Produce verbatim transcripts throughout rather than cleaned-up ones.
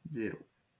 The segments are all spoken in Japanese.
ゼロ。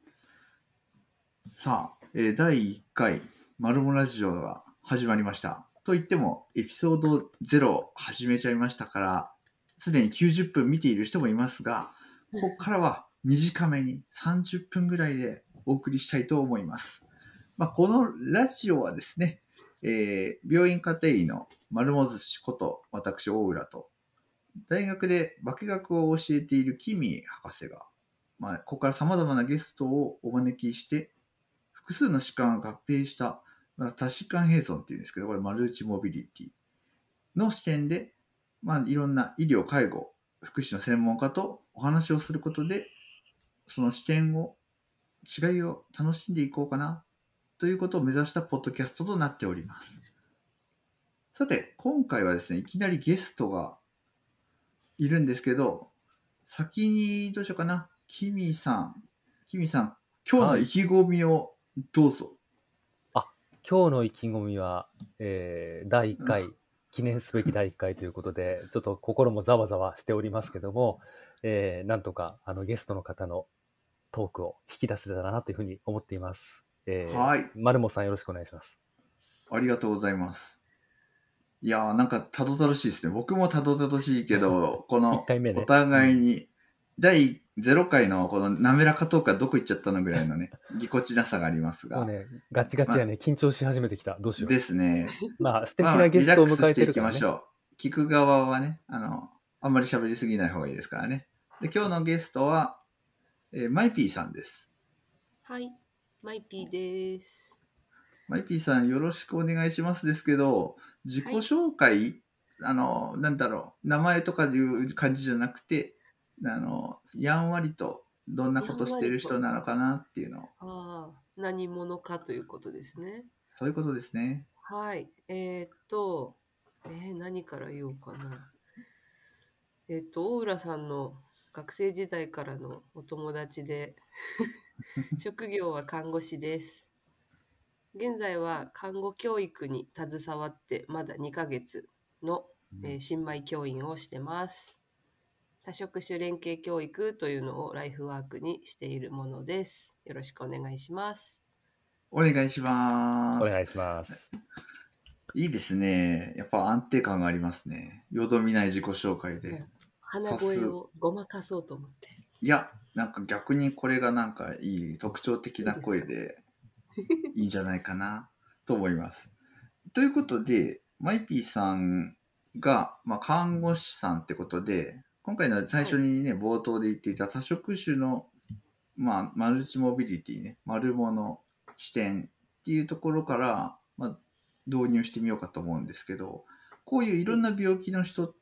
さあ、えー、だいいっかいマルモラジオが始まりました。と言ってもエピソードゼロ始めちゃいましたから、すでにきゅうじゅっぷん見ている人もいますが、ここからは短めにさんじゅっぷんぐらいでお送りしたいと思います。まあ、このラジオはですね、えー、病院家庭医の丸も寿司こと私大浦と、大学で化学を教えているキミ博士が、まあ、ここから様々なゲストをお招きして、複数の疾患を合併した、まあ、多疾患並存っていうんですけど、これマルチモビリティの視点で、まあ、いろんな医療、介護、福祉の専門家とお話をすることで、その視点を、違いを楽しんでいこうかな、ということを目指したポッドキャストとなっております。さて、今回はですね、いきなりゲストがいるんですけど、先にどうしようかな。キミさん、キミさん、今日の意気込みをどうぞ。 はい、あ、今日の意気込みは、えー、だいいっかい、記念すべきだいいっかいということで、ちょっと心もざわざわしておりますけども、えー、なんとかあのゲストの方のトークを引き出せたらなというふうに思っています。えー、 はい。 マルモさんよろしくお願いします。 ありがとうございます。いやーなんかたどたどしいですね。僕もたどたどしいけど、このお互いにだいゼロかいのこの滑らかトークはどこ行っちゃったのぐらいのね、ぎこちなさがありますが。 もうね、ガチガチやね、ま、緊張し始めてきた。どうしよう。 ですね。 まあ素敵なゲストを迎えてるからね。 まあ、リラックスしていきましょう。聞く側はね、あの、あんまり喋りすぎない方がいいですからね。で、今日のゲストは、えー、マイピーさんです。 はい、マイピーです。 マイピーさんよろしくお願いしますですけど、自己紹介、はい、あの、なんだろう、名前とかいう感じじゃなくて、あの、やんわりとどんなことしてる人なのかなっていうのを。 ああ、何者かということですね。 そういうことですね。 はい。えー、っと、えー、何から言おうかな。えー、っと、大浦さんの学生時代からのお友達で、職業は看護師です。現在は看護教育に携わってまだにかげつの、えー、新米教員をしてます。多職種連携教育というのをライフワークにしているものです。よろしくお願いします。 お願いします。 お願いします。 いいですね。やっぱ安定感がありますね。よどみない自己紹介で。 鼻声をごまかそうと思って。 いや、なんか逆にこれがなんかいい特徴的な声でいいんじゃないかなと思います。ということで、マイピーさんが、まあ、看護師さんってことで、今回の最初にね、はい、冒頭で言っていた多職種の、まあ、マルチモビリティね、丸物視点っていうところから、まあ、導入してみようかと思うんですけど、こういういろんな病気の人って、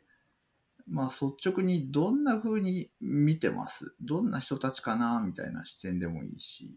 まあ、率直にどんな風に見てます？どんな人たちかなみたいな視点でもいいし。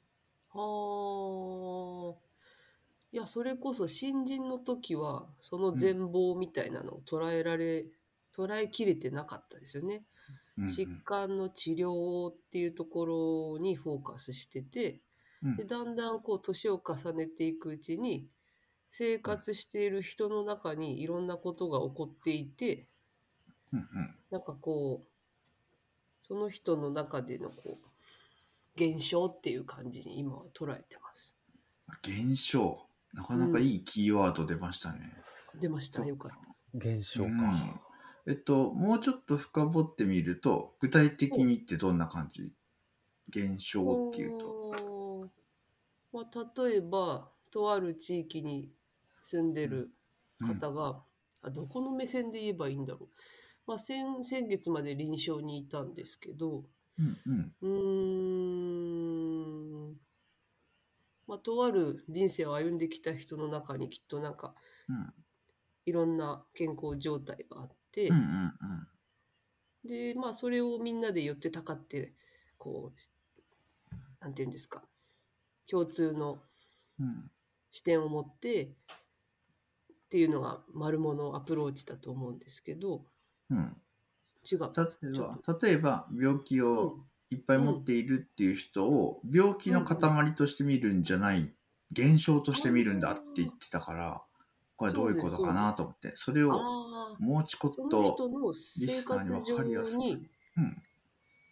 はあ。いや、それこそ新人の時は、その全貌みたいなのを捉えられ、うん、捉えきれてなかったですよね。うんうん、疾患の治療っていうところにフォーカスしてて、うん、でだんだんこう年を重ねていくうちに、生活している人の中にいろんなことが起こっていて、うんうん、なんかこう、その人の中でのこう、現象っていう感じに今は捉えてます。 現象。なかなかいいキーワード出ましたね。 うん、出ました。よかった。 現象か、 うん。えっと、もうちょっと深掘ってみると、具体的にってどんな感じ？現象っていうと。 まあ、例えば、とある地域に住んでる方が、うん、あどこの目線で言えばいいんだろう。まあ、先, 先月まで臨床にいたんですけど、 うんうん、 うーん、まあ、とある人生を歩んできた人の中にきっとなんか、うん、いろんな健康状態があって、 うんうんうん、 で、まあ、それをみんなで寄ってたかって、こう、なんていうんですか、共通の視点を持って、うんっていうのが丸物アプローチだと思うんですけど、 うん、 違う。 例えば、例えば病気をいっぱい持っているっていう人を病気の塊として見るんじゃない、うんうん、現象として見るんだって言ってたから、これどういうことかなと思って、それをもうちょっとリスナーに分かりやすく。うん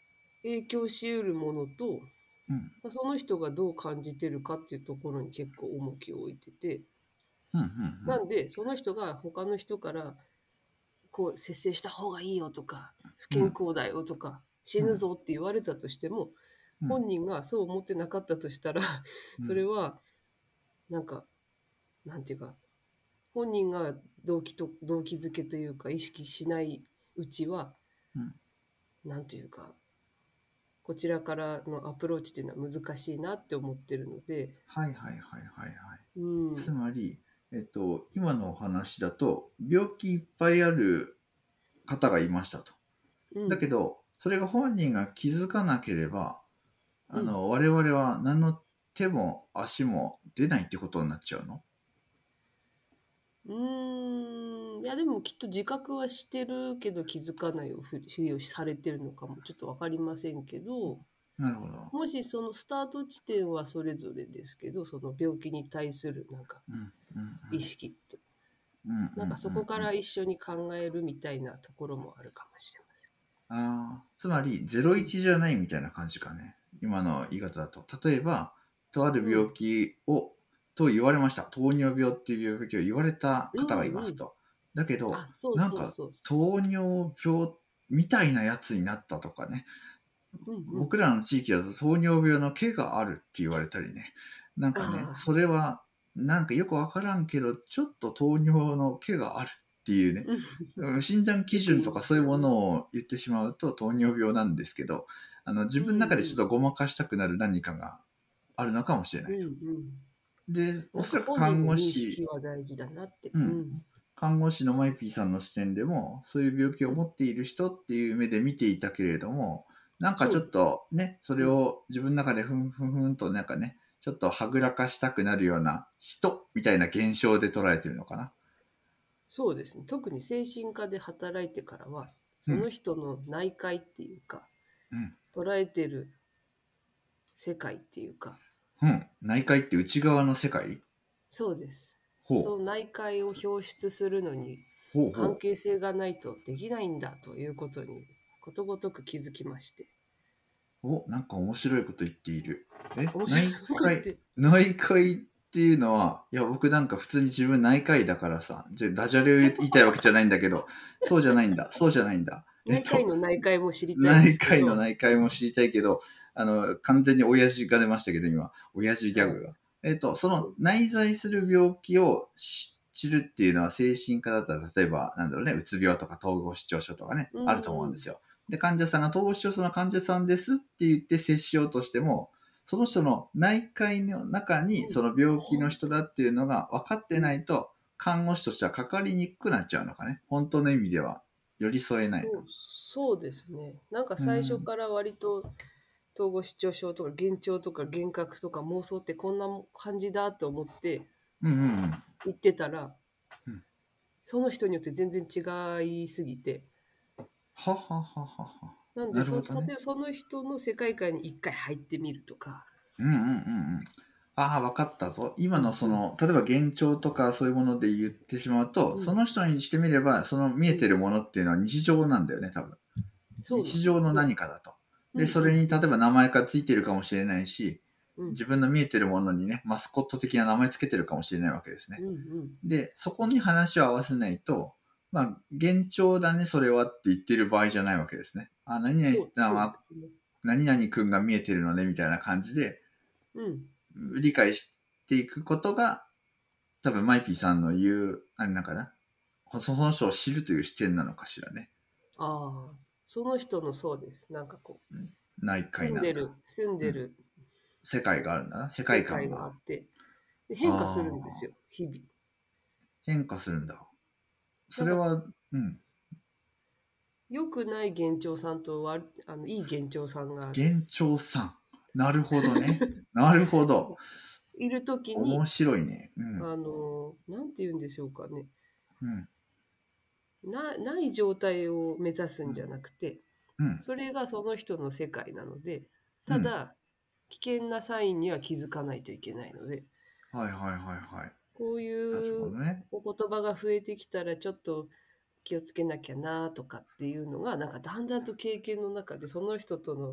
影響しうるものと、 うん。 その人がどう感じてるかっていうところに結構重きを置いてて、 うん。うん。 なんでその人が他の人からこう節制した方がいいよとか不健康だよとか、死ぬぞって言われたとしても、 うん。 本人がそう思ってなかったとしたら、 うんそれはなんかなんていうか、本人が動機と動機づけというか意識しないうちは、 うんなんていうか、こちらからのアプローチっていうのは難しいなって思ってるので、 はいはいはいはいはい。 うん、 つまり、えっと、今のお話だと、病気いっぱいある方がいましたと。 うん、 だけど、それが本人が気づかなければ、あうんの、我々は何の手も足も出ないってことになっちゃうの？ うーん、いやでもきっと自覚はしてるけど気づかないふりをされてるのかもちょっと分かりませんけど、 なるほど。 もしそのスタート地点はそれぞれですけど、その病気に対するなんかうんうん意識って、 うんうんなんかそこから一緒に考えるみたいなところもあるかもしれません。 ああ、つまりゼロイチじゃないみたいな感じかね。今の言い方だと。例えば、とある病気を、と言われました。糖尿病っていう病気を言われた方がいますと。だけど、 あ、そうなんかそうそう。 糖尿病みたいなやつになったとかね。 うんうん。 僕らの地域だと糖尿病の毛があるって言われたりね。なんかねあ、ーそれは、なんかよくわからんけど、ちょっと糖尿の毛があるっていうね。 うんうん診断基準とかそういうものを言ってしまうと糖尿病なんですけど、あの自分の中でちょっとごまかしたくなる何かがあるのかもしれなうんういと。 ん。 で、おなんそらくか本人の看護認識師、 は大事だなって。 ううんん。 看護師のマイピーさんの視点でも、そういう病気を持っている人っていう目で見ていたけれども、なんかちょっとね、それを自分の中でふんふんふんとなんかね、ちょっとはぐらかしたくなるような人みたいな現象で捉えてるのかな。 そうですね。特に精神科で働いてからは、 うんその人の内界っていうか、 うん捉えてる世界っていうか、 うん。内界って内側の世界？ そうです。 ほう。 その内界を表出するのにほうほう。 関係性がないとできないんだということにことごとく気づきまして。 お、なんか面白いこと言っている。え、 面白い内こと言って界、内界っていうのは、いや、僕なんか普通に自分内科医だからさ、じゃダジャレ言いたいわけじゃないんだけど、そうじゃないんだ、そうじゃないんだ。えっ内科医と、 の内界も知りたいんで内すけど、 科医の内科医も知りたいけど、あの、完全に親父が出ましたけど、今、親父ギャグが。えっと、その内在する病気を知知るっていうのは精神科だったら、例えば、なんだろうね、うつ病とか統合失調症とかね、 うんあると思うんですよ。で、患者さんが統合失調症の患者さんですって言って接しようとしても、その人の内界の中にその病気の人だっていうのが分かってないと、看護師としてはかかりにくくなっちゃうのかね。本当の意味では寄り添えないの。 そうそうですね。なんか最初から割と統合失調症とか幻聴とか幻覚とか妄想ってこんな感じだと思ってうんうんうん。 言ってたら、 うんその人によって全然違いすぎて、 ははははは。 なんでそ、 なるほどね例えばその人の世界観に一回入ってみるとか、 うんうんうんうん。ああ、わかったぞ。今のその、例えば幻聴とかそういうもので言ってしまうと、 うんその人にしてみれば、その見えてるものっていうのは日常なんだよね、多分。 そうなんです日常の何かだと。で、それに例えば名前がついてるかもしれないし、 うん自分の見えてるものにね、マスコット的な名前つけてるかもしれないわけですね。 うんうんで、そこに話を合わせないと、まあ、幻聴だね、それはって言ってる場合じゃないわけですね。あ、何々 そうさんは、 そうですね。 何々くんが見えてるのね、みたいな感じで、 うん理解していくことが、多分マイピーさんの言う、あれなんかな、その人を知るという視点なのかしらね。 ああ、その人のそうです。なんかこう、 内界なんだ。 住んでる、住んでる世界があるんだな、世世界観界があが。 って、で変化するんですよ、日々。 変化するんだ。それは、うん。 良くない幻聴さんと悪あのいい幻聴さんが幻聴さん。なるほどね。なるほど。 いるときに面、白いね。うん。 あの、なんて言うんでしょうかね。 うん。 なない状態を目指すんじゃなくて、 うん。 それがその人の世界なので、ただ、危険なサインには気づかないといけないので、 はいはいはいはい。 こうい確かうにね。 お言葉が増えてきたらちょっと気をつけなきゃなとかっていうのがなんかだんだんと経験の中でその人との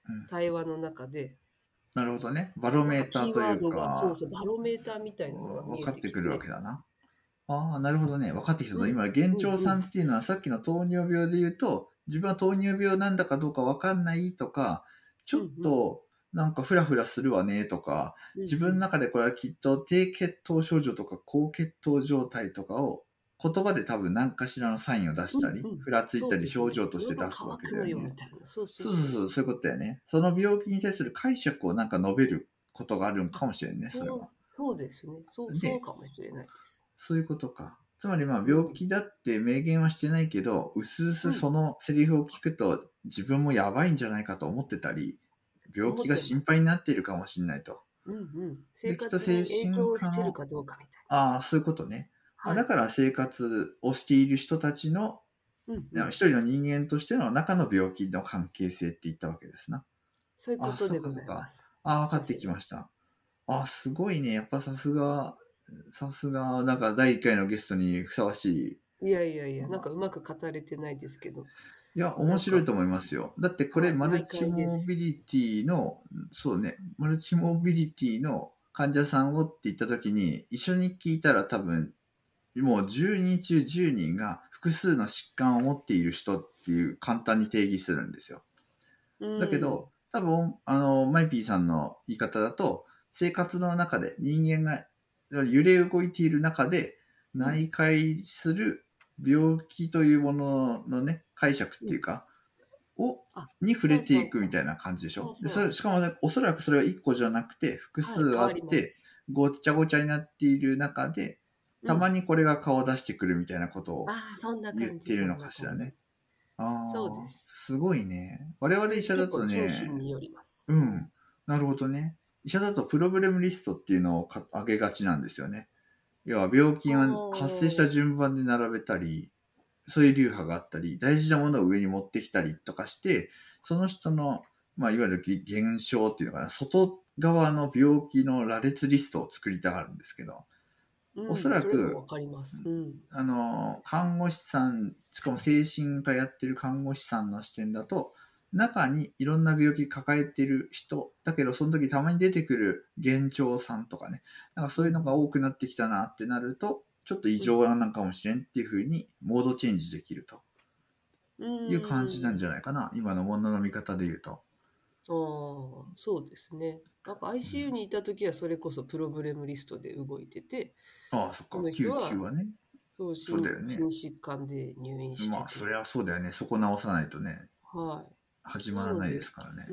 うん対話の中で、 なるほどね。バロメーターというキーワードが、そうか、 そう、バロメーターみたいなのが見分えてきかってくるわて、 けだな。ああ、なるほどね。分かってきたぞ。 うん、 今、 う幻ん、うん、 聴さんっていうのはさっきの糖尿病で言うと、自分は糖尿病なんだかどうか分かんないとか、ちょっうん、うん、 となんかフラフラするわねとか、 うん、 自分の中でこれはきっと低血糖症状とか高血糖状態とかを言葉で多分何かしらのサインを出しうん、 たり、 うん、 ふらついたりそうですね。 症状として喉出すわけ乾くのよ、みだよね。 たいな。そうそうそうそうそう、 そうそう。 そういうことだよね。その病気に対する解釈をなんか述べることがあるんあ、 かもしれんね、それそう、 は。 そうですね。そう、そうで、 かもしれないです。 そういうことか。つまりまあうん、 病気だって明言はしてないけど、うすうすうん、 そのセリフを聞くと自分もやばいんじゃないかと思ってたり、病思っ気がてます。 心配になっているかもしれないと。 うん、うん。生で、きっと活精に影響神科の、 してるかどうかみたいああ、そういうことね。 な。 あ、 はい。 だから生活をしている人たちの、 うん、 いうん。 や一人の人間としての中の病気の関係性って言ったわけですな。 そういうこあ、そうとでごかそうか。 ざいます。 あ、分かってさすが。 きました。あ、すごいね。やっぱさすが、さすが、なんかだいいっかいのゲストにふさわしい。 いやいやいや、なんあかうまく語れてないですけど、 いや、面なんか、 白いと思いますよ。だってこれはい、 マル毎チモビ回です。 リティの、そうね、マルチモビリティの患者さんをって言った時に、一緒に聞いたら多分、もうじゅうにん中じゅうにんが複数の疾患を持っている人っていう簡単に定義するんですよ。だけうん。 ど、多分、あの、マイピーさんの言い方だと、生活の中で人間が揺れ動いている中でうん。 内解する病気というもののね、解釈っていうか、を、 あ、 に触そうれていそうそう。 くみたいな感じでしょ。で、 そうそう。 それ、しかもね、おそらくそれはいっこじゃなくて、複はい、 数変わりまあって、 す。 ごっちゃごちゃになっている中で、 うん。 たまにこれが顔を出してくるみたいなことをああ、そんな言っ感じ、 ているのそんな感じ。 かしらね。ああ、 そうです。 すごいね。我々医者だそれで結構とね、 心身によります。うん。 うん、なるほどね。医者だとプログラムリストっていうのをか上げがちなんですよね。要は病気あが発生したあ、 順番で並べたり、そういう流派があったり、大事なものを上に持ってきたりとかして、その人の、まあ、いわゆる現象っていうのかな、外側の病気の羅列リストを作りたがるんですけど、おそうん、 らく、 それもわかります。うん。 あの、看護師さん、しかも精神科やってる看護師さんの視点だと、中にいろんな病気抱えてる人、だけどその時たまに出てくる幻聴さんとかね、なんかそういうのが多くなってきたなってなると、ちょっと異うん。 常なのかもしれんっていう風にモードチェンジできるとういう感じなんん。 じゃないかな。今のものの見方で言うと。 ああ、そうですね。なんかうん、 アイシーユー にいた時はそれこそプログラムリストで動いてて、 ああ、そっか。 この人救急ははね。 そう心、 そうだよね。 心疾患で入院してまあ、そて、 りゃそうだよね。そこ直さないとね、 は始い。 まらないでなので、 すからね。 うん。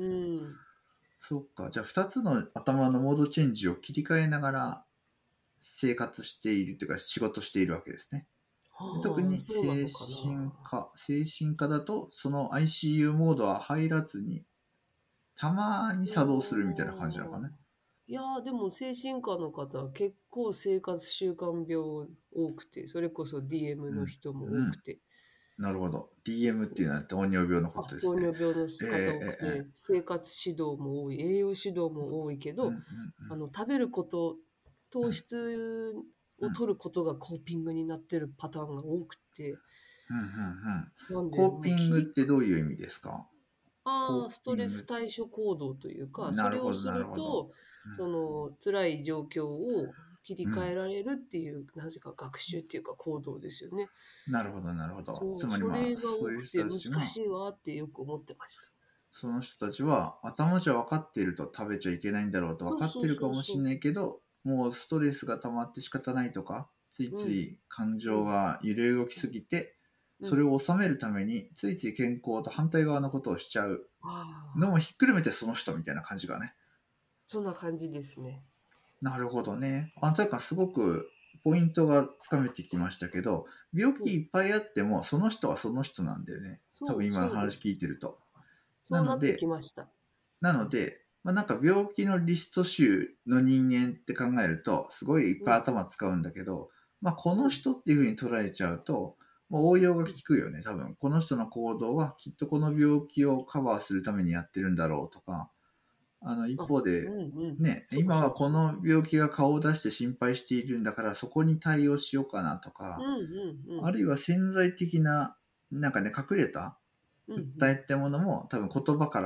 そっか。じゃあ、二つの頭のモードチェンジを切り替えながら生活しているというか、仕事しているわけですね。で特はあ、 に精そうなのか神な。 科、精神科だと、その アイシーユー モードは入らずに、たまにう作動するみたいな感じなのかーん。 ね。 いやー、でも精神科の方は結構生活習慣病多くて、それこそ ディーエム のうん。 人もうん。 多くて、 なるほど。ディーエム っていうのは糖尿病のこあ、 とですね。 糖尿病のえ方多くえええて、生活指導も多い、栄養指導も多いけど、 うんうんあの食べること、糖うん質をうん取ることがコーピングになってるパターンが多くて、 うんうんうん。 なんでコーピングっもう切り、 てどういう意味ですか？コーああ、ストピング。 レス対処行動というか、そなるほど、 れをすなるほど。 ると、その辛い状況を切りうん。うん。 替えられるっていう、なぜか学習っていうか行動ですよね。 なるほど、なるほど。 そう、 つまりまあ、 それがそういう多くて難人たちが、 しいわってよく思ってました。 その人たちは頭じゃ分かっていると食べちゃいけないんだろうと分かってそうそうるかもしれそうそないけど、もうストレスが溜まって仕方ないとか、ついう。うん、 つい感情うん、 が揺れ動きすぎて、 うん。 それを収めるために、ついつい健康と反対側のことをしちゃうのああ、 もひっくるめてその人みたいな感じがね。 そんな感じですね。 なるほどね。あ、だからすごくポイントがつかめてきましたけど、病うん、 気いっぱいあっても、その人はその人なんだよね。多分そう、 今の話聞いそうです。 てると。なそうなってきので、 ました。 なので、まあ、なんか病気のリスト集の人間って考えると、すごいいっうん、 ぱい頭使うんだけど、まあ、こうん、 の人っていう風に捉えちゃうと、まあ、応用がうん、 効くよね、多分。この人の行動はきっとこの病気をカバーするためにやってるんだろうとか、あの一あ、 方で、 うん、うん。 ね、 そう今はそうそう。 この病気が顔を出して心配しているんだからそこに対応しようかなとか、 うん、うん、うん、 あるいは潜在的な、なんかね、隠れたうん、うん。 訴えってものも多分言葉から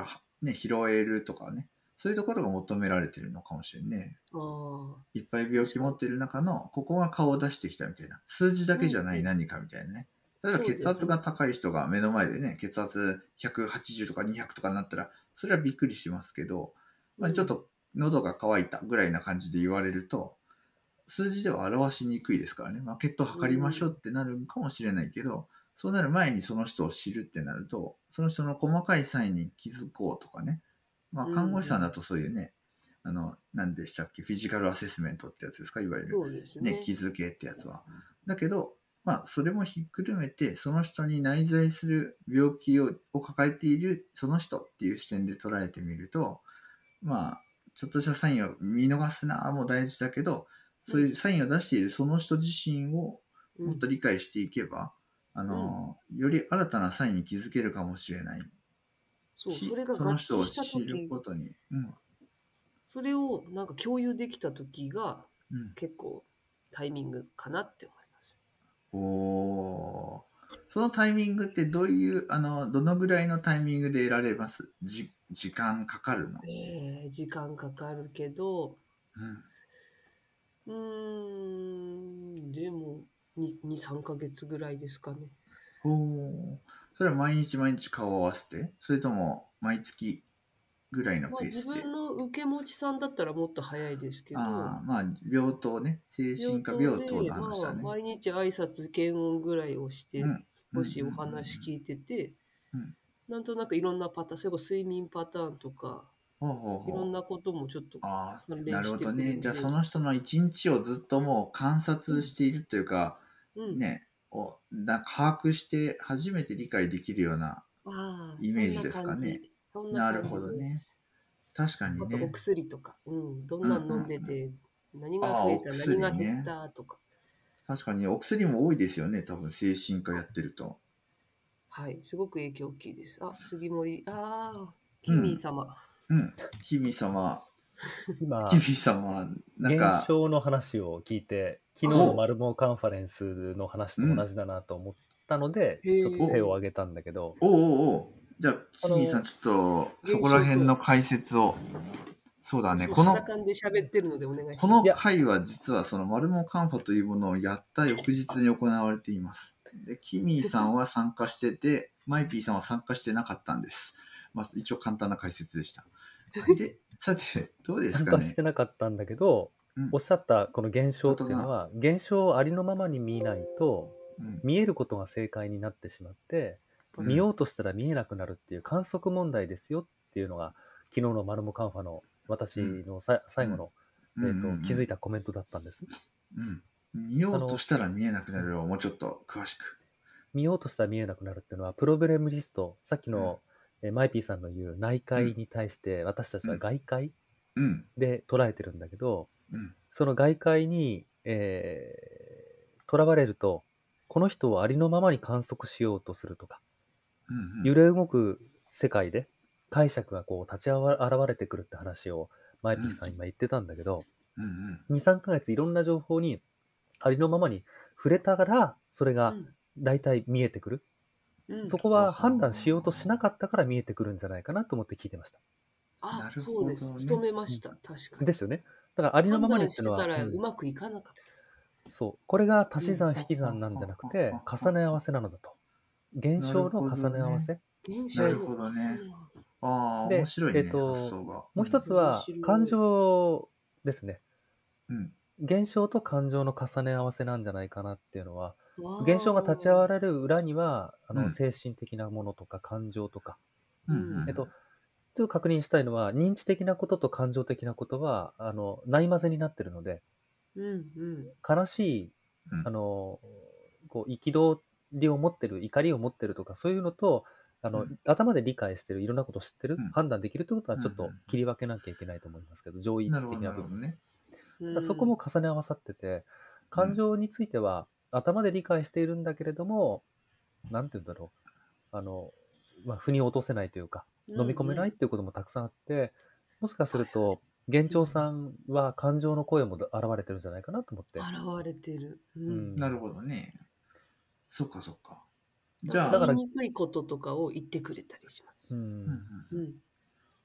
ね、拾えるとかね、そういうところが求められてるのかもしれんね。 ああ、 いっぱい病気持ってる中の、ここが顔を出してきたみたいな。数字だけじゃない何かみたいなね。例えば血圧が高い人が目の前でね、血圧ひゃくはちじゅうとかにひゃくとかになったら、それはびっくりしますけど、まあ、ちょっと喉が渇いたぐらいな感じで言われると、数字では表しにくいですからね。まあ、血糖測りましょうってなるかもしれないけど、そうなる前にその人を知るってなると、その人の細かいサインに気づこうとかね。まあ、看護師さんだとそういうね、あの、何でしたっけ、フィジカルアセスメントってやつですか、いわゆる。 そうですね。 ね、気づけってやつは。だけど、まあ、それもひっくるめて、その人に内在する病気をを抱えているその人っていう視点で捉えてみると、まあ、ちょっとしたサインを見逃すなも大事だけど、そういうサインを出しているその人自身をもっと理解していけば、うん、あの、より新たなサインに気づけるかもしれない。 そう、それがその人を知ることに。うん、 それをなんか共有できた時が、 うん、 結構タイミングかなって思います。 おー。そのタイミングってどういう、あの、どのぐらいのタイミングで得られます？じ時間かかるの？ えー、時間かかるけど、 うん、 うーん、でもに、さんかげつぐらいですかね。 ほう。それは毎日毎日顔を合わせて？それとも毎月ぐらいのまあ、 ペースで？ 自分の受け持ちさんだったらもっと早いですけど、 ああ、まあ、病棟ね。精神科病棟の話だね。 まあ、毎日挨拶、検温ぐらいをして、 うん、 少しお話聞いてて、 うん、 なんとなくいろんなパターン、それこそ睡眠パターンとか、 ほうほうほう。 いろんなこともちょっとああ、 関なるほど連してくるので。 ね。じゃあその人の一日をずっともう観察しているというか、 うん、 ね、をだ把握して初めて理解できるようなイメージですかね。なるほどね。確かにあとおね。 薬とか、うん、どんなの飲んでて、何がああ、 増えた、 お薬何が減っね。 たとか。 確かにお薬も多いですよね。多分精神科やってると。 はい、すごく影響大きいです。あ、杉森、ああ、キミー様。 うん、キミ様。 今、 キミ様、なんか。 現象の話を聞いて、昨日のマルモカンファレンスの話と同じだなと思ったので、 うん、 ちょっと手を挙げたんだけど。 おおおお。じゃあ、キミさん、ちょっと、そこら辺の解説を。そうだね。この、 で喋ってるのでお願いします。 この回は実はそのマルモカンファというものをやった翌日に行われています。で、キミーさんは参加してて、マイピーさんは参加してなかったんです。まあ、一応簡単な解説でした。で、さて、どうですかね。 参加してなかったんだけど、うん、おっしゃったこの現象っていうのは、現象をありのままに見ないと、うん、見えることが正解になってしまって、うん、見ようとしたら見えなくなるっていう観測問題ですよっていうのが、昨日のマルモカンファの私のさ、うん、最後の、うん、えーと、気づいたコメントだったんです。 うん、見ようとしたら見えなくなるをもうちょっと詳しく。 見ようとしたら見えなくなるっていうのは、プロブレムリスト、さっきの、うん、えマイピーさんの言う内界に対して私たちは外界で捉えてるんだけど、うん、その外界に、えー、とらわれると、この人をありのままに観測しようとするとか、うんうん、揺れ動く世界で解釈がこう立ち現れてくるって話をマイピーさん今言ってたんだけど、うんうん、に、さんかげついろんな情報にありのままに触れたからそれが大体見えてくる、うん、そこは判断しようとしなかったから見えてくるんじゃないかなと思って聞いてました。 あ、なるほどね、そうです。務めました、うん、確かに。 ですよね。だからありのままにっていうのは、 判断してたらうまくいかなかった。 うん、そう。これが足し算引き算なんじゃなくて、重ね合わせなのだと。現象の重ね合わせ。 なるほどね。ああ、面白いね。 えっと、もう一つは感情ですね。うん。現象と感情の重ね合わせなんじゃないかなっていうのは、現象が立ち現れる裏には、あの、精神的なものとか感情とか、うん、えっと、ちょっと確認したいのは、認知的なことと感情的なことは、あの、ないまぜになってるので、うんうん、悲しい、あの、こう、憤りを持ってる、怒りを持ってるとか、そういうのと、あの、うん、頭で理解してる、いろんなことを知ってる、うん、判断できるってことは、ちょっと切り分けなきゃいけないと思いますけど、上位的な部分ね。そこも重ね合わさってて、感情については、頭で理解しているんだけれども、なんて言うんだろう、あの、まあ、腑に落とせないというか、飲み込めないっていうこともたくさんあって、うんうん、もしかすると、幻聴さんは感情の声も現れてるんじゃないかなと思って。 現れてる。 うんうん、なるほどね。そっかそっか。 じゃあ、だから言いにくいこととかを言ってくれたりします。うんうんうん、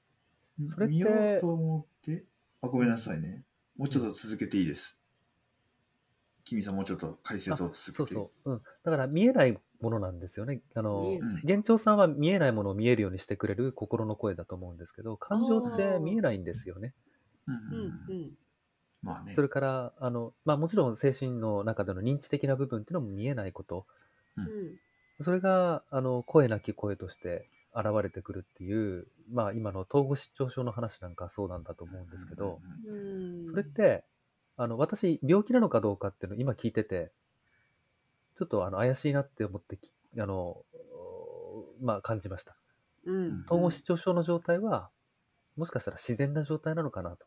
それって見ようと思ってあごめんなさいね、もうちょっと続けていいです、君さんもうちょっと解説を続けて。 そうそう、うん、だから見えないものなんですよね。あの見えない。 幻聴さんは見えないものを見えるようにしてくれる心の声だと思うんですけど、感情って見えないんですよね。 うんうんうんまあねそれからあの、まあ、もちろん精神の中での認知的な部分っていうのも見えないこと、 うんそれがあの声なき声として現れてくるっていう、まあ、今の統合失調症の話なんかはそうなんだと思うんですけど、 うん。 それってあの私病気なのかどうかっていうのを今聞いててちょっとあの怪しいなって思ってきあの、まあ、感じました。 うん統合失調症の状態はもしかしたら自然な状態なのかなと。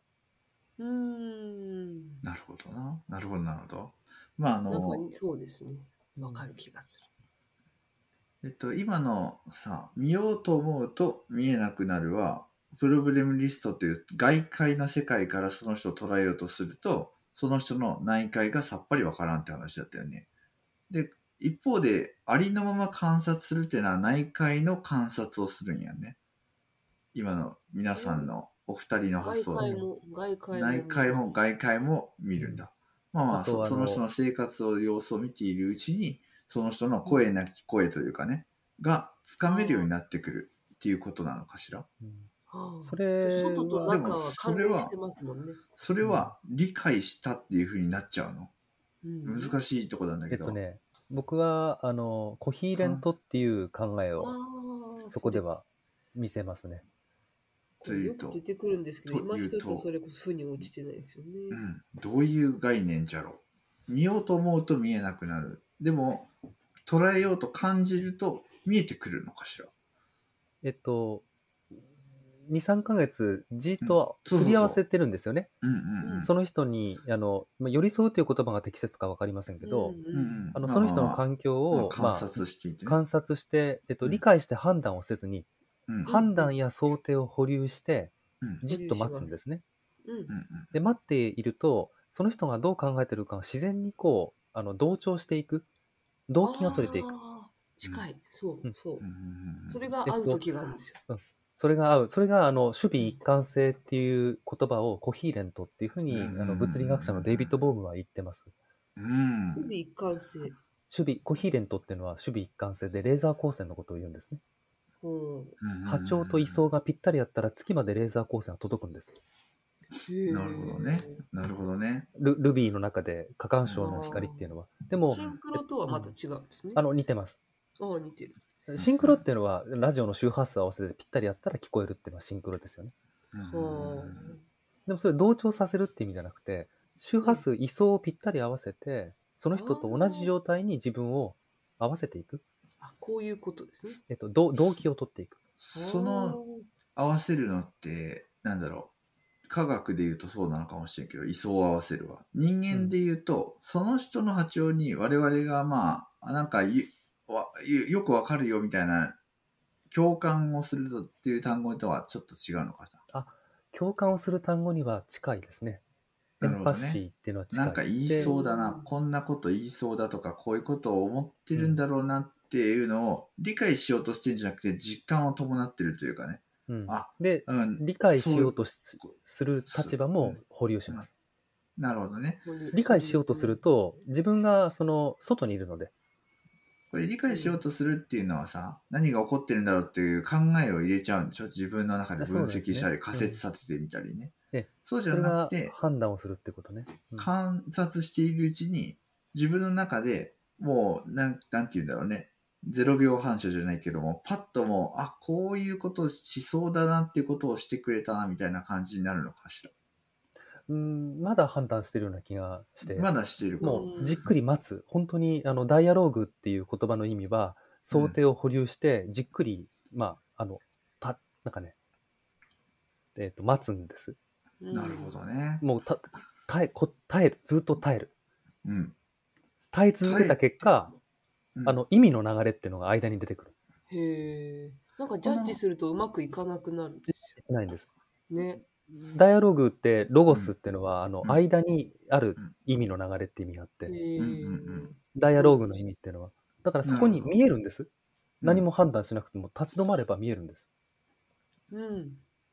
うん。 なるほどななるほどなるほど。まああなんかのそうですね。わかる気がすえっと今のさ見ようと思うと見えなくなるはプロブレムリストという外界の世界からその人を捉えようとするとその人の内界がさっぱりわからんって話だったよね。で一方でありのまま観察するっていうのは内界の観察をするんやね。今の皆さんのお二人のる。 発想だと外界も、外界も。 内界も外界も見るんだ。まあまああとあのそその人の生活を様子を見ているうちにその人の声なき声というかねがつかめるようになってくるっていうことなのかしら。 うんはあそれは外とでも中はそれは関連してますもんね。 それは理解したっていうふうになっちゃうの。 うん、 難しいとこなんだけど。 えっとね、僕はあのコヒーレントっていう考えをああ、 そこでは見せますね。 これよく出てくるんですけど、 というと今一つそれこそ腑に落ちてないですよね。 うん、どういう概念じゃろう。見ようと思うと見えなくなる。でも捉えようと感じると見えてくるのかしら。 えっとに、さんかげつじっうんとそうそうそうすり合わせてるんですよね。 うんうんうん。 その人にあの、まあ、寄り添うという言葉が適切か分かりませんけど、 うんうんうんあのその人の環境を、 まあ、 まあ観察していてね。 観察して、えっと、 うん理解して判断をせずに、 うん判断や想定を保留してうんじっと待つんですね。 うんうんで待っているとその人がどう考えてるかが自然にこうあの同調していく動機が取れていく。 ああ、近い。そううんそううんう。んうんそれが合う時があるんですよ。 うんそれが合う。それがあの守備一貫性っていう言葉をコヒーレントっていうふうにうんあの物理学者のデイビッド・ボームは言ってます。 うん守備一貫性。 守備、コヒーレントっていうのは守備一貫性でレーザー光線のことを言うんですね。 うんうん波長と位相がぴったりあったら月までレーザー光線が届くんです。 なるほどね。なるほどね。 ルルビーの中で過干渉の光っていうのは。でもシンクロとはまた違うんですね。 あの似てます。 ああ、似てる。 シンクロっていうのはラジオの周波数合わせてぴったりあったら聞こえるっていうのはシンクロですよね。 はでもそれ同調させるって意味じゃなくて周波数位相をぴったり合わせてその人と同じ状態に自分を合わせていく、 あ。あ、こういうことですね。 えっと、動動機を取っていく。 その合わせるのってなんだろう科学で言うとそうなのかもしれんけど位相を合わせるわ人間で言うと、その人の波長に我々がまあなんかゆわゆよくわかるよみたいな共感をするとっていう単語とはちょっと違うのかな。 共感をする単語には近いですね。エンパなるほどねシーっていうのは近い。 なんか言いでそうだうなんこんなこと言いそうだとかこういうことを思ってるんだろうなっていうのを理解しようとしてるんじゃなくて実感を伴ってるというかね。 うんあでうん、 理解しようとしそうする立場も保留します。 なるほどね。 理解しようとすると自分がその外にいるので、 これ理解しようとするっていうのはさ、何が起こってるんだろうっていう考えを入れちゃうんでしょ。自分の中で分析したり仮説立ててみたりね。 ええそうじゃそれがなくて判断をするってことね。うん観察しているうちに自分の中でもうなんなんて言うんだろうね。ゼロびょう反射じゃないけどもパッともうあこういうことをしそうだなっていうことをしてくれたなみたいな感じになるのかしら。 うんまだ判断してるような気がして、 まだしているか。 もうじっくり待つ。本当にあのダイアローグっていう言葉の意味は想定を保留してじっくり、まああのたなんかね、えっと待つんです。 なるほどね。 もうた耐えこ耐えるずっと耐える。 うん。 耐え続けた結果、 うんあの意味の流れっていうのが間に出てくる。 へえ。なんかジャッジするとうまくいかなくなるんですないんです。 よ。ね。 ダイアローグってロゴスっていうのは、あのうん間にある意味の流れって意味があって、 へえ。 うんうんうんダイアローグの意味っていうのはだからそこに見えるんです。 うん何も判断しなくても立ち止まれば見えるんです。 うん。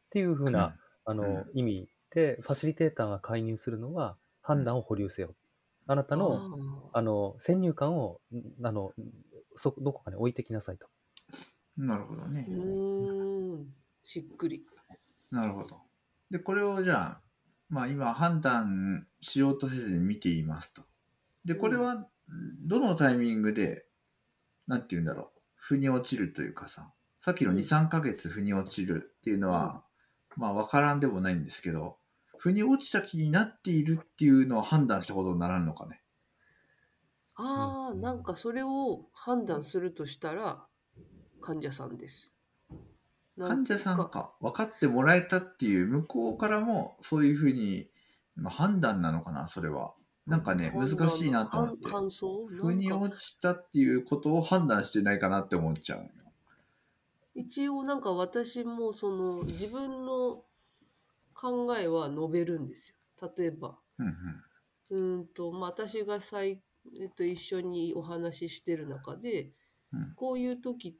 っていうふうな、あの、 うん意味で、ファシリテーターが介入するのは、判断を保留せよ。あなたの、 ああの、先入観を、んあの、そ、どこかに置いてきなさいと。 なるほどねう。ーん。しっくり。 なるほど。で、これをじゃあ、まあ今判断しようとせずに見ていますと。で、これはどのタイミングで、なんて言うんだろう、腑に落ちるというかさ、さっきのに、 うんさんかげつ腑に落ちるっていうのは、まあわからんでもないんですけど、腑に落ちた気になっているっていうのを判断したことにならんのかね。 ああ、なんかそれを判断するとしたら、患者さんです。なん患者ていうか、 さんか、分かってもらえたっていう向こうからもそういうふうに、まあ、判断なのかな、それは。なんかね、難判断のしいなと思っ感て。 感想腑になんか、 落ちたっていうことを判断してないかなって思っちゃうのよ。 一応なんか私もその自分の考えは述べるんですよ。例えば、 うんうん。 うーんと、まあ、私が最、えっと、一緒にお話ししてる中で、 うんこういう時って、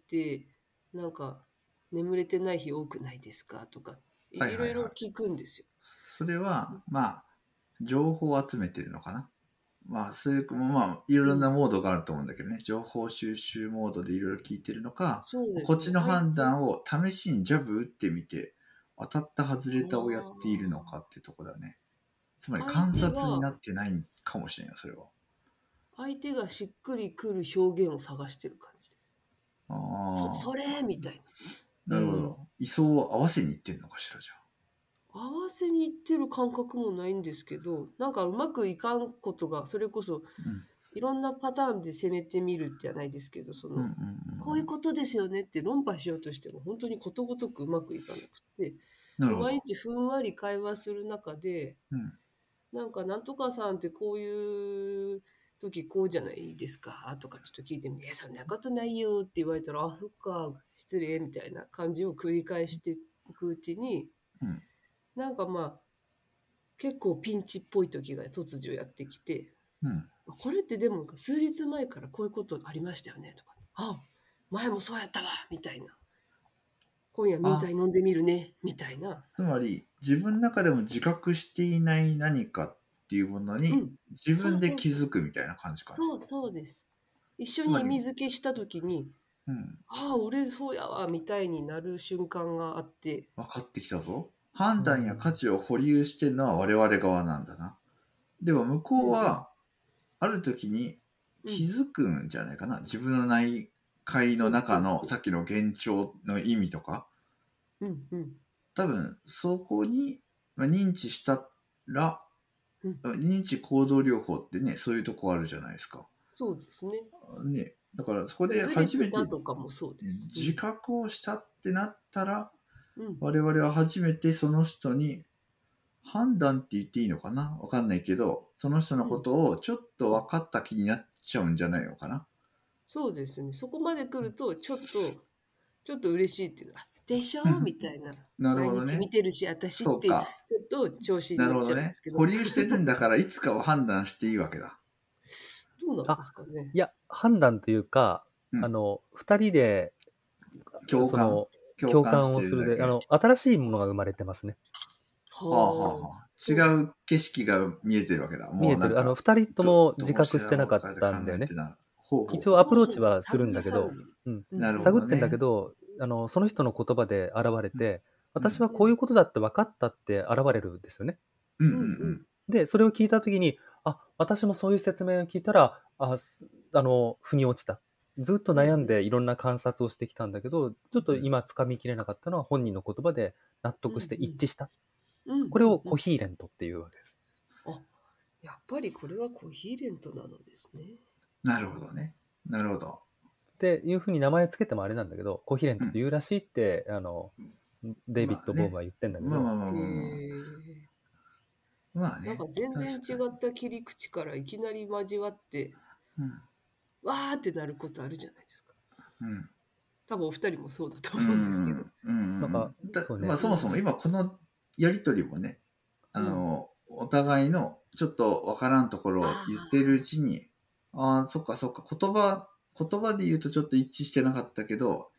なんか、眠れてない日多くないですかとか、いろいはいはいはい。 ろ聞くんですよ。 それは、まあ、情報を集めてるのかな。まあ、そういう、まあ、いろいろなうん、 モードがあると思うんだけどね。情報収集モードでいろいろ聞いてるのか、 そうですね。 こっちの相手、 判断を試しにジャブ打ってみて、当たった外れたをやっているのあかってとこだね。つまりー相観手が、 察になってないかもしれない、それは。 相手がしっくりくる表現を探してる感じです。そ、 ああ、 それみたいな。うん。 なるほど。位相を合わせにいってんのかしら、じゃ合わせにいってる感覚もないんですけど、なんかうまくいかんことが、それこそあ。うん。 いろんなパターンで攻めてみるじゃないですけど、そうんうんの、こういうことですよねって論破しようとしても、本当にことごとくうまくいかなくて、 うん。なでるほど。 毎日ふんわり会話する中で、 うん。 なんか、なんとかさんってこういう時こうじゃないですかとかちょっと聞いてみて、いや、そんなことないよって言われたら、あ、そっか、失礼みたいな感じを繰り返していくうちに、 うん。 なんかまあ、結構ピンチっぽい時が突如やってきて、 うん。 これってでも数日前からこういうことありましたよねとか、あ、前もそうやったわみたいな、今夜民あ、 剤飲んでみるねみたいな、 つまり、自分の中でも自覚していない何かっていうものに、 うん、 自そう分で気そうそう、 づくみたいな感じかね。 そうそうです。一緒に意つまり、 味付けした時に、 うん。 ああ、俺そうやわみたいになる瞬間があって、 分かってきたぞ。判断やうん価値を保留してるのは我々側なんだな。でも向こうは、ある時にうんうん、 気づくんじゃないかな。自分の内界のそうそう中のそさっきの幻聴の意味とか、 う、うんうん多分そこにまあ認知したら、 うん、 認知行動療法ってね、そういうとこあるじゃないですか。 そうですね。 ね、だからそこでずれて初めてたとかもそうです。 自覚をしたってなったら、 うん、うん、 我々は初めてその人に判断って言っていいのかな、わかんないけど、その人のことをちょっと分かった気になっちゃうんじゃないのかな。 そうですね。そこまで来ると、ちょっと、ちょっと嬉しいっていうか、でしょみたいな。 なる毎ほどね。 日見てるし、私って、ちそうか。 ょっと調子に乗っちゃうんでなるほどね。 すけど、 保留してるんだからいつかは判断していいわけだ。 どうなんであ、 すかね。 いや、判断というか、 うんあの、二人で、 共感。 その、 共共感して感をするで、あるだけ。 の、新しいものが生まれてますね。 はあはあはあ。 はあ。違う景色が見えてるわけだ。 見えてる。あの、 もうなんか、 二人とど、 も自どうして覚してなかっだろうとかで考たんだよね。 えてな。ほうほうほう。 一応アプローチほうほう、 はするん探だけど、 り探り。 うん、 うんなるほど探ってんだけね。 ど、あの、その人の言葉で現れて、 うん私はこういうことだって分かったって現れるんですよね。 うんううんうんんで、それを聞いたときに、あ、私もそういう説明を聞いたら、あ、すあの、腑に落ちた。ずっと悩んでいろんな観察をしてきたんだけど、ちょっと今掴みきれなかったのは本人の言葉で納得して一致した。 うんうんこれをうん。 コヒーレントっていうわけです。 あ、やっぱりこれはコヒーレントなのですね。 なるほどね。なるほど。 っていうふうに名前つけてもあれなんだけど、コヒーレントうん。 って言うらしいって、あの、デイビッド・まあね。 ボームは言ってんだけど、 まあまあまあへまあまあ。 え。 まあね。 なんか全然違確かった切り口からいきなり交わって、 に。 わーってなることあるじゃないですか。 うん。うん。 多分お二人もそうだとう思うんですけど。 んうんなんか、 だそうねまあ、そもそも今このやりとりもね、あうん。 の、お互いのちょっとわからんところをあ言ってるうちに、ああ、そっかそっか、言葉、言葉で言うとちょっと一致してなかったけど、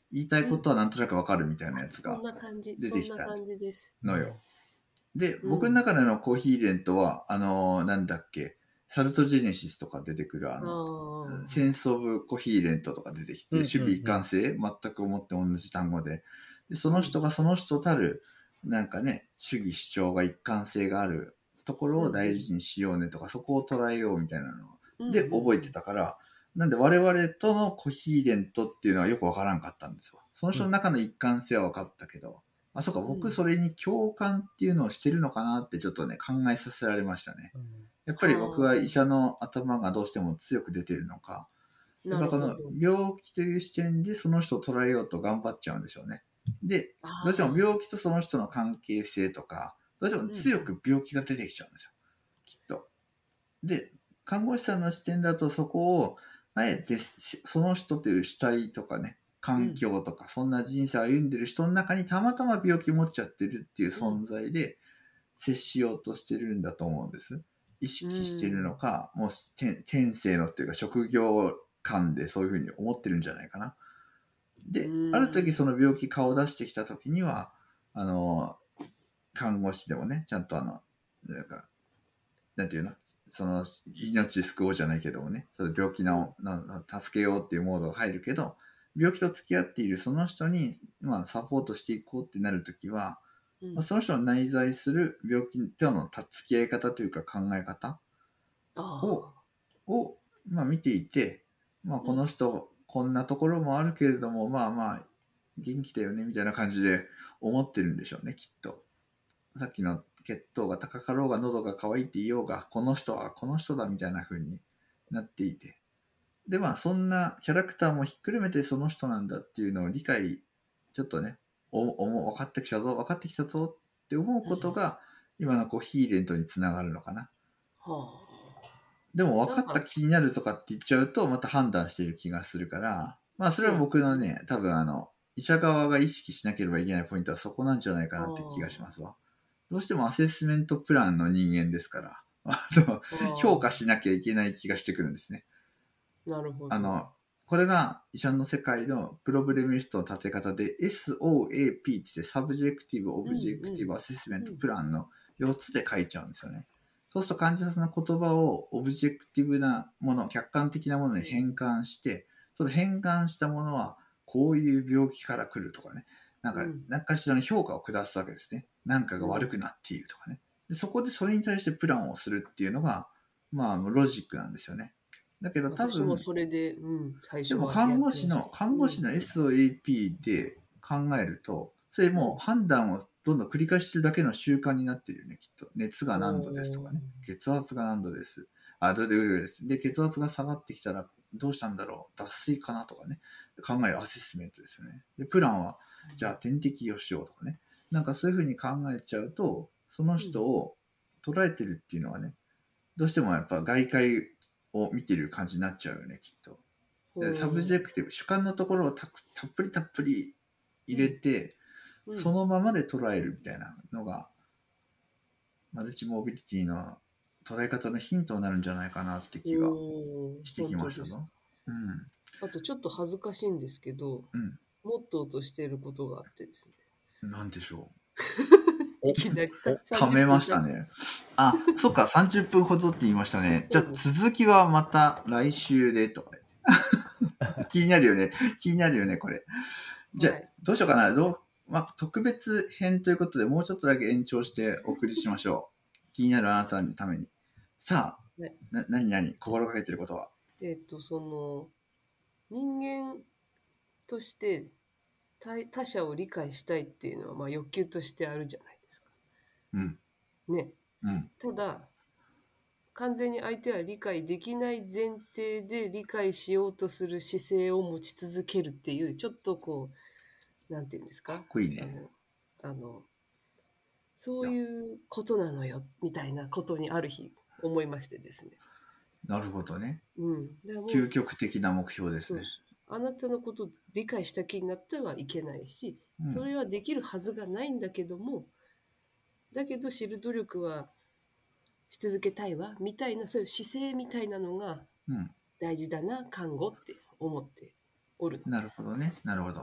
言いたいことはなんとなくわかるみたいなやつそがんな感じ、 出てきたそんな感じです。 のよ。で、 うん僕の中でのコーヒーレントは、あのーなんだっけ、サルトジェネシスとか出てくる、ああの、 あ、 センスオブコーヒーレントとか出てきて、 うんうんうん守備一貫性、全く思って同じ単語で。で、そのうん人がその人たる、なんかね、主義主張が一貫性があるところを大事にしようねとか、そこを捉えようみたいなのうんで覚えてたから、なんで我々とのコーヒーレントっていうのはよくわからんかったんですよ。その人の中の一貫性は分かったけど、あ、そうか、僕それに共感っていうのをしてるのかなってちょっとね、考えさせられましたね。 うんやっぱり僕は医者の頭がどうしても強く出てるのか、やっぱこのなるほど。 病気という視点でその人を捉えようと頑張っちゃうんでしょうね。で、 あーどうしても病気とその人の関係性とか、どうしても強く病気が出てきちゃうんですよ。きっと。で、看護師さんの視点だとそこを、あえてその人という主体とかね、環境とか、そんな人生を歩んでる人の中にたまたま病気持っちゃってるっていう存在で接しようとしてるんだと思うんです。意識してるのか、もう天天性のっていうか職業感でそういうふうに思ってるんじゃないかな。で、 うんある時その病気顔を出してきた時には、あの、看護師でもね、ちゃんとあの、なんか、なんていうのその命救おうじゃないけどもね、その病気のの助けようっていうモードが入るけど、病気と付き合っているその人に、まあ、サポートしていこうってなるときは、 うんまあ、その人の内在する病気との付き合い方というか考え方あを、をまあ、見ていて、まあ、この人、こんなところもあるけれども、まあまあ、元気だよねみたいな感じで思ってるんでしょうね、きっと。さっきの血糖が高かろうが喉が渇いていようが、この人はこの人だみたいな風になっていて。で、まあそんなキャラクターもひっくるめてその人なんだっていうのを理解、ちょっとね、おお分かってきたぞ、分かってきたぞって思うことが、今のコーヒーレントにつながるのかな。 あ、はあ。 でも分かった気になるとかって言っちゃうと、また判断してる気がするから、まあそれは僕のね、多分あの、医者側が意識しなければいけないポイントはそこなんじゃないかなって気がしますわ。どうしてもアセスメントプランの人間ですから、あの評価しなきゃいけない気がしてくるんですね。 なるほど。 あの、これが医者の世界のプロブレムリストの立て方で エスオーエーピー ってサブジェクティブ、オブジェクティブ、アセスメントプランのよっつで書いちゃうんですよね。そうすると患者さんの言葉をオブジェクティブなもの、客観的なものに変換して、その変換したものはこういう病気から来るとかね、なんか何かしらの評価を下すわけですね。何かが悪くなっているとかね。でそこでそれに対してプランをするっていうのが、まあ、ロジックなんですよね。だけど多分、 私もそれで、うん、最初でもは看護師の、 やってました看護師の エスオーエーピー で考えると、それもう判断をどんどん繰り返してるだけの習慣になってるよね、きっと。熱が何度ですとかね。血圧が何度です。あ、どれでうるです。で、血圧が下がってきたらどうしたんだろう。脱水かなとかね。考えるアセスメントですよね。で、プランは、じゃあ点滴をしようとかね。なんかそういうふうに考えちゃうと、その人を捉えてるっていうのはね、どうしてもやっぱ外界を見てる感じになっちゃうよね、きっと。でサブジェクティブ、主観のところをたたっぷりたっぷり入れて、 うんそのままで捉えるみたいなのが、マルチモビリティの捉え方のヒントになるんじゃないかなって気がおーしてきました本当ですぞ。うん。 あとちょっと恥ずかしいんですけど、 うん。 モットーとしていることがあってですね。 なんでしょいきなりさう。ためました。ね。あ、そっか、さんじゅっぷんほどって言いましたね。じゃあ続きはまた来週でとか。気になるよね。気になるよね、これ。じゃあ、 はいどうしようかな。どうまあ、特別編ということで、もうちょっとだけ延長してお送りしましょう。気になるあなたのために。さあ、 はいな、なになに心がけてることは。 えっ、と、その、人間として他他者を理解したいっていうのは、まあ、欲求としてあるじゃないですか。 うん。 ね。 うん。 ただ、完全に相手は理解できない前提で理解しようとする姿勢を持ち続けるっていう、ちょっとこう、なんていうんですか。 かっこいいね。 あの、あのそういうことなのよ、みたいなことにある日思いましてですね。 なるほどね。 うん。だからもう究極的な目標ですそうね。 あなたのことを理解した気になってはいけないし、 うんそれはできるはずがないんだけども、だけど知る努力はし続けたいわみたいな、そういう姿勢みたいなのがうん。 大事だな、看護って思っておるのです。 なるほどね。なるほど。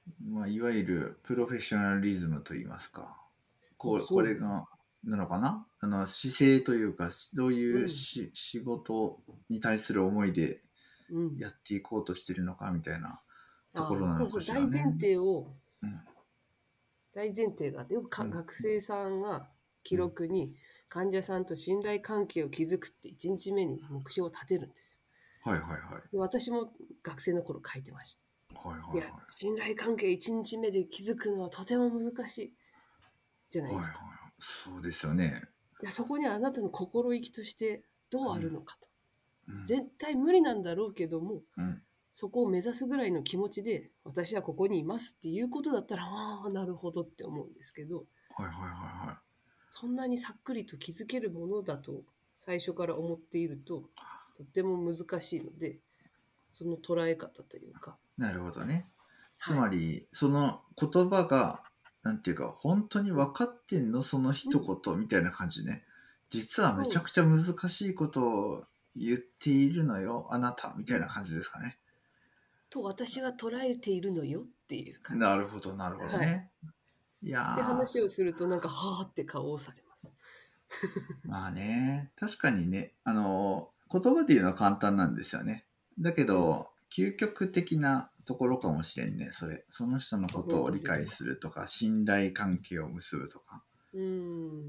まあ、いわゆるプロフェッショナリズムといいますか、こあ、 うこれそうなんですがなのかな、あの姿勢というか、どういううん。 し仕事に対する思いでうん。 やっていこうとしてるのかみたいなとこああ、 ろなのかそうそう、大前しらね。 提を、 うん大前提があって、よくかうん学生さんが記うん録に患者さんと信頼関係を築くっていちにちめに目標を立てるんですよ。 はいはいはいで私も学生の頃書いてました。 はいはいいや、信頼関係いちにちめで築くのはとても難しいじゃないはいはいはい。 ですか。 そうですよね。 いや、そこにあなたの心意気としてどうあるのかと。 うん絶対無理なんだろうけども、 うんそこを目指すぐらいの気持ちで私はここにいますっていうことだったら、ああ、なるほどって思うんですけど、 はいはいはいはい。 そんなにさっくりと気づけるものだと最初から思っていると、とっても難しいので、その捉え方というか、 なるほどね。つはい。 まりその言葉がなんていうか本当に分かってんのその一うん、 言みたいな感じね。実はめちそうゃくちゃ難しいことを言っているのよあなたみうんたいな感じですかね。 と私は捉えているのよっていう感じなるです。 ほどなるほどはい。 ね。いやで、 ー話をするとなんか、はあって顔をされます。 まあね、確かにね、あの、言葉で言うのは簡単なんですよね。だけうん、 ど、究極的なところかもしれんね、それ。その人のことを理解本当ですか。 するとか、信頼関係を結ぶとか、 うん、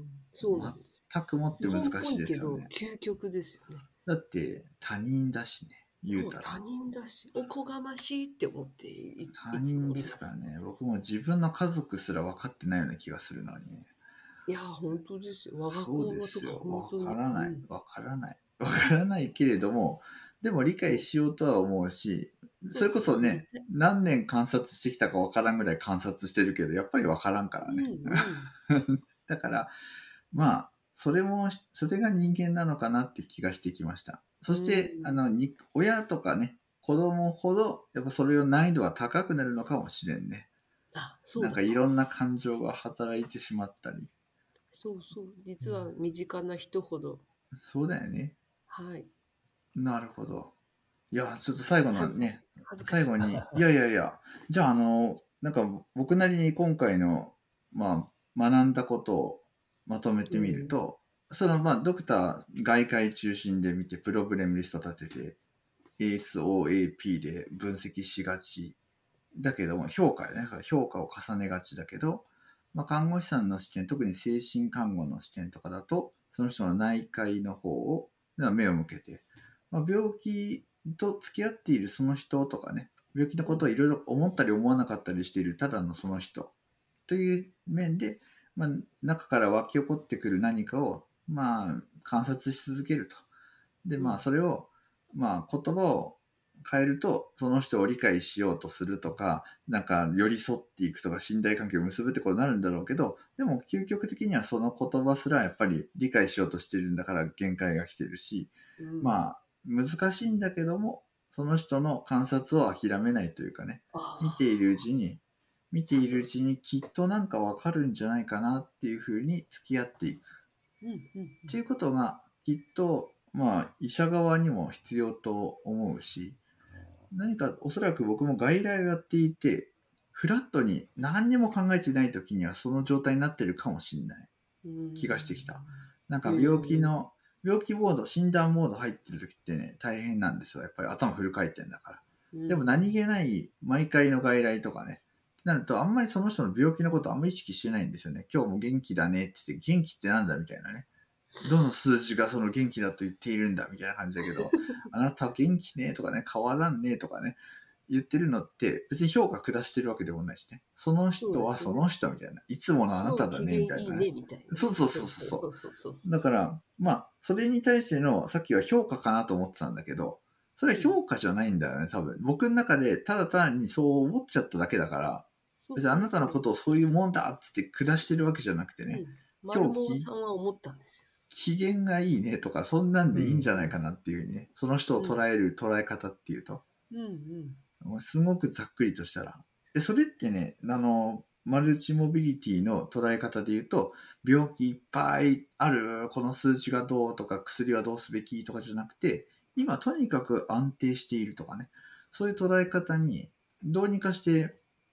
そうなんです。 全くもって難日本っぽしいいけど、 ですよね。 究極ですよね。 だって他人だしね、言うたら。 そう他人だし、おこがましいって思ってい他いつも人でおります。 すからね、僕も自分の家族すら分かってないような気がするのに。 いや、本当ですよ。我がそうで子とかすよ。わ本当に。 からない。 うん、 わからない。わからないけれども、でも理解そう、 しようとは思うし、それこそうそうそね、 そうね。 何年観察してきたかわからんぐらい観察してるけど、やっぱりわからんからうんね。 うん。 だから、まあ、それも、それが人間なのかなって気がしてきました。そしうん、 て、あの、に親とかね、子供ほど、やっぱそれを難易度は高くなるのかもしれんね。 あ、そうなんだと思う。 かいろんな感情が働いてしまったり。 そうそう。実は身近な人ほど、 そうだよね。 はい。 なるほど。いや、ちょっと最後のね、 恥ずかしい。恥ずかしい。 最後に、いやいやいや、じゃあ、あの、なんか僕なりに今回の、まあ、学んだことをまとめてみるうん。 と、その、まあ、ドクター外界中心で見て、プロブレムリスト立てて、エーエスオーエーピー で分析しがち。だけども、評価ね、評価を重ねがちだけど、まあ、看護師さんの視点、特に精神看護の視点とかだと、その人の内科の方を目を向けて、まあ、病気と付き合っているその人とかね、病気のことをいろいろ思ったり思わなかったりしているただのその人という面で、まあ、中から湧き起こってくる何かを、まあ、観察し続けると。で、まあ、それを、まあ、言葉を変えると、その人を理解しようとするとか、なんか寄り添っていくとか、信頼関係を結ぶってことになるんだろうけど、でも究極的にはその言葉すらやっぱり理解しようとしてるんだから限界が来てるし、 うん、 まあ、難しいんだけども、その人の観察を諦めないというかね、見ているうちに、見ているうちにきっとなんかわかるんじゃないかなっていうふうに付き合っていく。 うんうんっていうことがきっと、まあ、医者側にも必要と思うし、何かおそらく僕も外来をやっていて、フラットに何にも考えていない時にはその状態になってるかもしれないうん気がしてきた。なんかうん病気の、病気モード、診断モード入ってる時ってね、大変なんですよ。やっぱり頭フル回転だから。 うんでも何気ない毎回の外来とかね、なるとあんまりその人の病気のことあんまり意識してないんですよね。今日も元気だねって言って、元気ってなんだみたいなね。どの数字がその元気だと言っているんだみたいな感じだけど、あなた元気ねとかね、変わらんねとかね、言ってるのって別に評価下してるわけでもないしね。その人はその人みたいな。いつものあなただねみ今日機嫌いいたいなね。 ねみたいな。 そうそうそうそうそうそそうそうう。だから、まあ、それに対しての、さっきは評価かなと思ってたんだけど、それは評価じゃないんだよね、多分。僕の中でただ単にそう思っちゃっただけだから、別にあなたのことをそういうもんだっつって下してるわけじゃなくてね、 うん、丸坊さんは思ったんですよ。 機嫌がいいねとか、そんなんでいいんじゃないかなっていうふうにね、その人を捉える捉え方っていうと、 うんうん、 すごくざっくりとしたら。で、それってね、あの、マルチモビリティの捉え方で言うと、病気いっぱいある、この数値がどうとか、薬はどうすべきとかじゃなくて、今とにかく安定しているとかね、そういう捉え方にどうにかして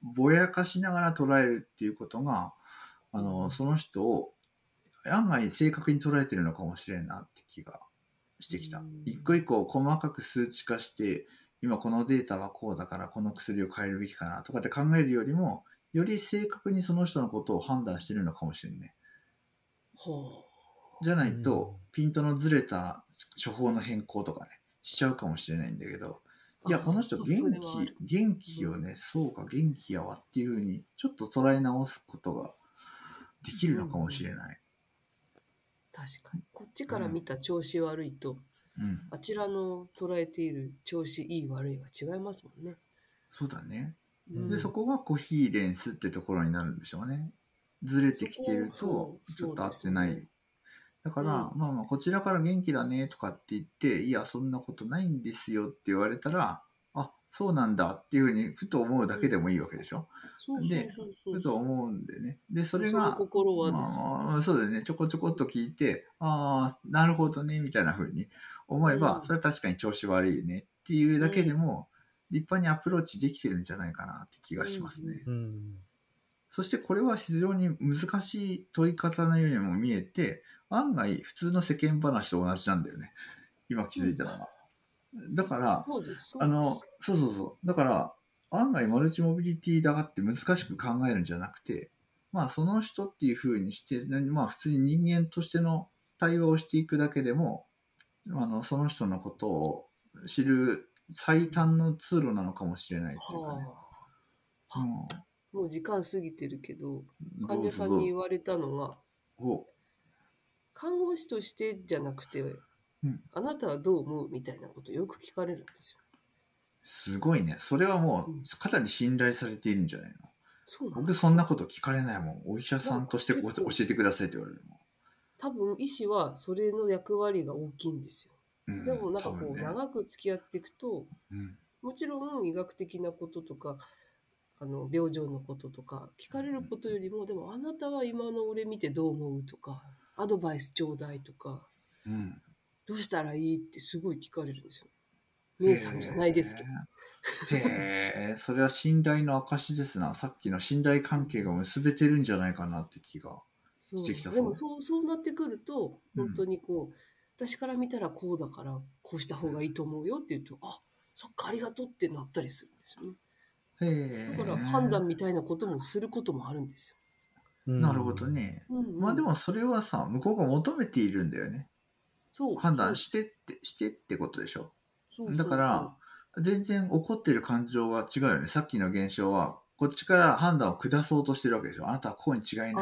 ぼやかしながら捉えるっていうことが、あの、その人を案外正確に捉えてるのかもしれんなって気がしてきた。一個一個細かく数値化して、今このデータはこうだからこの薬を変えるべきかなとかって考えるよりも、より正確にその人のことを判断してるのかもしれんね。 ほじゃないと、ピントのずれた処方の変更とかね、しちゃうかもしれないんだけど、いや、この人元気、元気をね、そうか、元気やわっていうふうに、ちょっと捉え直すことができるのかもしれない。 確かに。こっちから見た調子悪いと、 うん、 あちらの捉えている調子いい悪いは違いますもんね。 そうだね。 うんで、そこがコヒーレンスってところになるんでしょうね。ずれてきてると、ちょっと合ってない。だから、うん、まあまあ、こちらから元気だねとかって言って、いや、そんなことないんですよって言われたら、あ、そうなんだっていうふうに、ふと思うだけでもいいわけでしょ。うん、で、ふと思うんでね。で、それが、 心はですまあ、そうだよね、ちょこちょこっと聞いて、ああ、なるほどね、みたいなふうに思えば、うん、それは確かに調子悪いねっていうだけでも、立派にアプローチできてるんじゃないかなって気がしますね。 うん、 そしてこれは非常に難しい問い方のようにも見えて、案外普通の世間話と同じなんだよね。今気づいたのが。だから、あの、そうそうそう。だから、案外マルチモビリティだがって難しく考えるんじゃなくて、まあその人っていう風にして、まあ普通に人間としての対話をしていくだけでも、あの、その人のことを知る最短の通路なのかもしれないっていうかね。 はあ、うん、もう時間過ぎてるけど、患者さんに言われたのが、看護師としてじゃなくて、うん、あなたはどう思うみたいなことをよく聞かれるんですよ。 すごいね。それはもう、かなり信頼されているんじゃないの？そうなん僕そんなこと聞かれないもん。お医者さんとして教えてくださいって言われるもん。 多分医師はそれの役割が大きいんですよ。うん、でもなんかこう、ね、長く付き合っていくと、うん、もちろん医学的なこととかあの病状のこととか聞かれることよりも、でもあなたは今の俺見てどう思うとかアドバイスちょうだいとか、うん、どうしたらいいってすごい聞かれるんですよ。姉さんじゃないですけど。 へえ、それは信頼の証ですな。さっきの信頼関係が結べてるんじゃないかなって気がしてきた。 そうでもそうそうなってくると本当にこう、うん、私から見たらこうだからこうした方がいいと思うよって言うと、あ、そっかありがとうってなったりするんですよね。 へだから判断みたいなこともすることもあるんですよ。なるほどね。うんうん、まあでもそれはさ、向こうが求めているんだよね。そう判断してってしてってことでしょ。そうそうそう。だから全然起こってる感情は違うよね。さっきの現象はこっちから判断を下そうとしてるわけでしょ。あなたはこうに違いないって。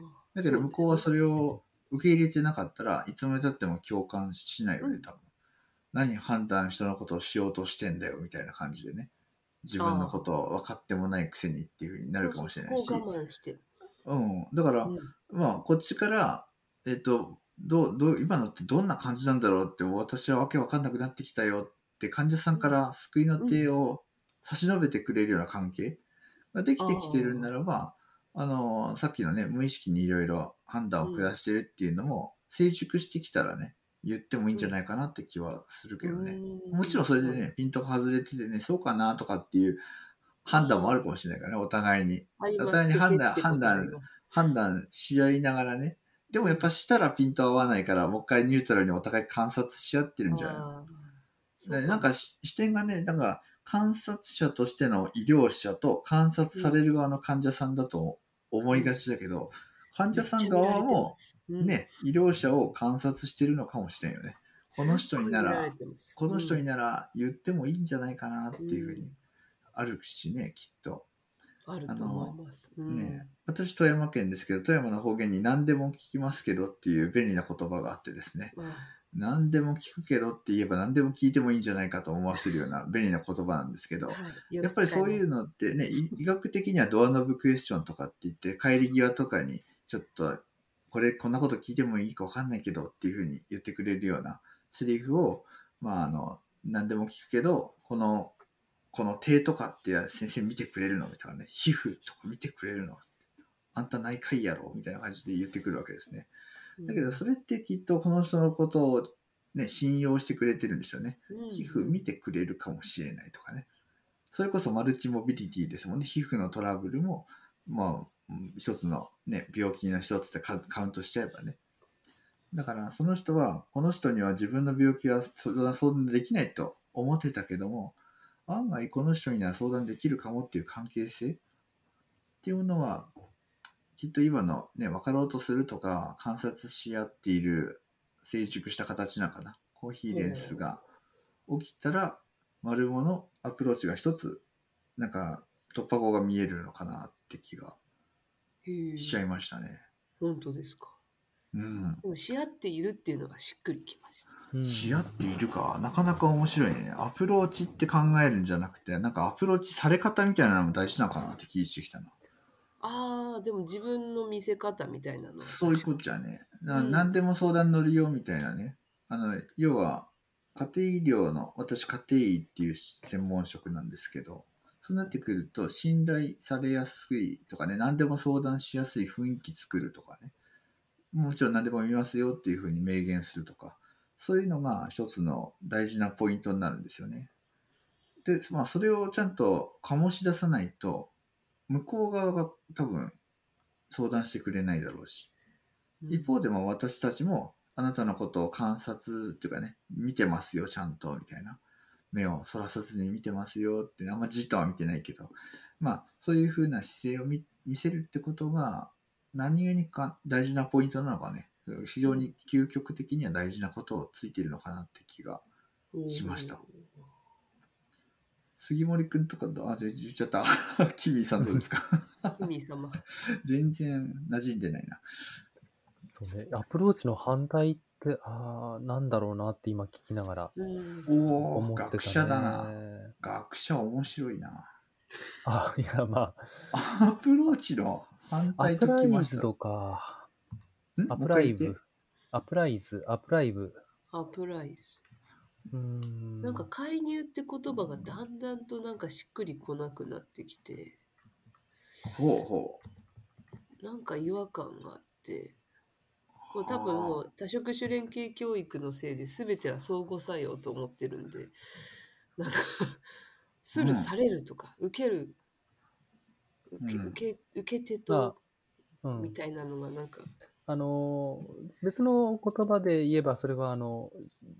だけど向こうはそれを受け入れてなかったらいつまでたっても共感しないよね、多分。うん、何判断人のことをしようとしてんだよみたいな感じでね。自分のことを分かってもないくせにっていう風になるかもしれないし。 そうそう、我慢して。 うん。だから、うん、まあ、こっちから、えっと、どう、どう、今のってどんな感じなんだろうって、私はわけわかんなくなってきたよって患者さんから救いの手を差し伸べてくれるような関係ができてきてるんならば、あの、さっきのね、無意識にいろいろ判断を下してるっていうのも、成熟してきたらね、言ってもいいんじゃないかなって気はするけどね。もちろんそれでね、ピントが外れててね、そうかなとかっていう判断もあるかもしれないからね、お互いに。お互いに判断、判断、判断し合いながらね。でもやっぱしたらピント合わないから、もう一回ニュートラルにお互い観察し合ってるんじゃないの？でなんか視点がね、なんか観察者としての医療者と観察される側の患者さんだと思いがちだけど、うん、患者さん側もね、うん、医療者を観察してるのかもしれんよね。この人になら、この人になら言ってもいいんじゃないかなっていうふうにあるしね、きっと。 あると思います。 うん、ね、私富山県ですけど、富山の方言に何でも聞きますけどっていう便利な言葉があってですね、うん、何でも聞くけどって言えば何でも聞いてもいいんじゃないかと思わせるような便利な言葉なんですけど、はい、やっぱりそういうのってね、医学的にはドアノブクエスチョンとかって言って、帰り際とかにちょっとこれこんなこと聞いてもいいか分かんないけどっていうふうに言ってくれるようなセリフを、まああの、何でも聞くけど、このこの手とかって先生見てくれるのみたいなね、皮膚とか見てくれるのあんた内科医やろみたいな感じで言ってくるわけですね。だけどそれってきっとこの人のことをね、信用してくれてるんですよね。皮膚見てくれるかもしれないとかね。 それこそマルチモビリティですもんね。皮膚のトラブルも、まあ、一つのね、病気の一つでカウントしちゃえばね。だからその人は、この人には自分の病気は相談できないと思ってたけども、案外この人には相談できるかもっていう関係性っていうのは、きっと今のね、分かろうとするとか観察し合っている成熟した形なのかな。コーヒーレンスが起きたら、丸モのアプローチが一つ、なんか突破口が見えるのかなって気がしちゃいましたね。 本当ですか。 うん。 でもし合っているっていうのがしっくりきました。 うんし合っているか、なかなか面白いね。アプローチって考えるんじゃなくて、なんかアプローチされ方みたいなのも大事なのかなって気してきたな。 ああ、でも自分の見せ方みたいなのはそういう確かことじゃね。なうん何でも相談乗るよみたいなね。あの、要は、家庭医療の、私家庭医っていう専門職なんですけど、そうなってくると、信頼されやすいとかね、何でも相談しやすい雰囲気作るとかね、もちろん何でも見ますよっていうふうに明言するとか、そういうのが一つの大事なポイントになるんですよね。で、まあ、それをちゃんと醸し出さないと、向こう側が多分相談してくれないだろうし、 うん一方でも私たちもあなたのことを観察っていうかね、見てますよ、ちゃんと、みたいな。目をそらさずに見てますよって、あんまじっとは見てないけど、まあ、そういう風な姿勢を 見, 見せるってことが、何気にか大事なポイントなのかね、非常に究極的には大事なことをついているのかなって気がしました。杉森くんとかと、あ、じゃあ言っちゃった。キミーさんどうですか？ キミ様。 全然馴染んでないな。 そうね、アプローチの反対って、ああ、なんだろうなって今聞きながらうんおお、 思ってたね。 学者だな。学者面白いな。 あ、いや、まアプローチの反あ、ア対プラときました。 イズとか、 んアもう一回言ってプライブ、アプライズ、アプライブ。 アプライズ。 うーん。 なんか介入って言葉がだんだんとなんかしっくりこなくなってきて、 ほうほなんか違和感があって、もうう。 多分もはう多職種連携教育のせいで全ては相互作用と思ってるんで、なんかするされるとか、受ける、受けうん受け受け手あ、 とうん。 みたいなのがなんか、 あのー、別の言葉で言えば、それは、あの、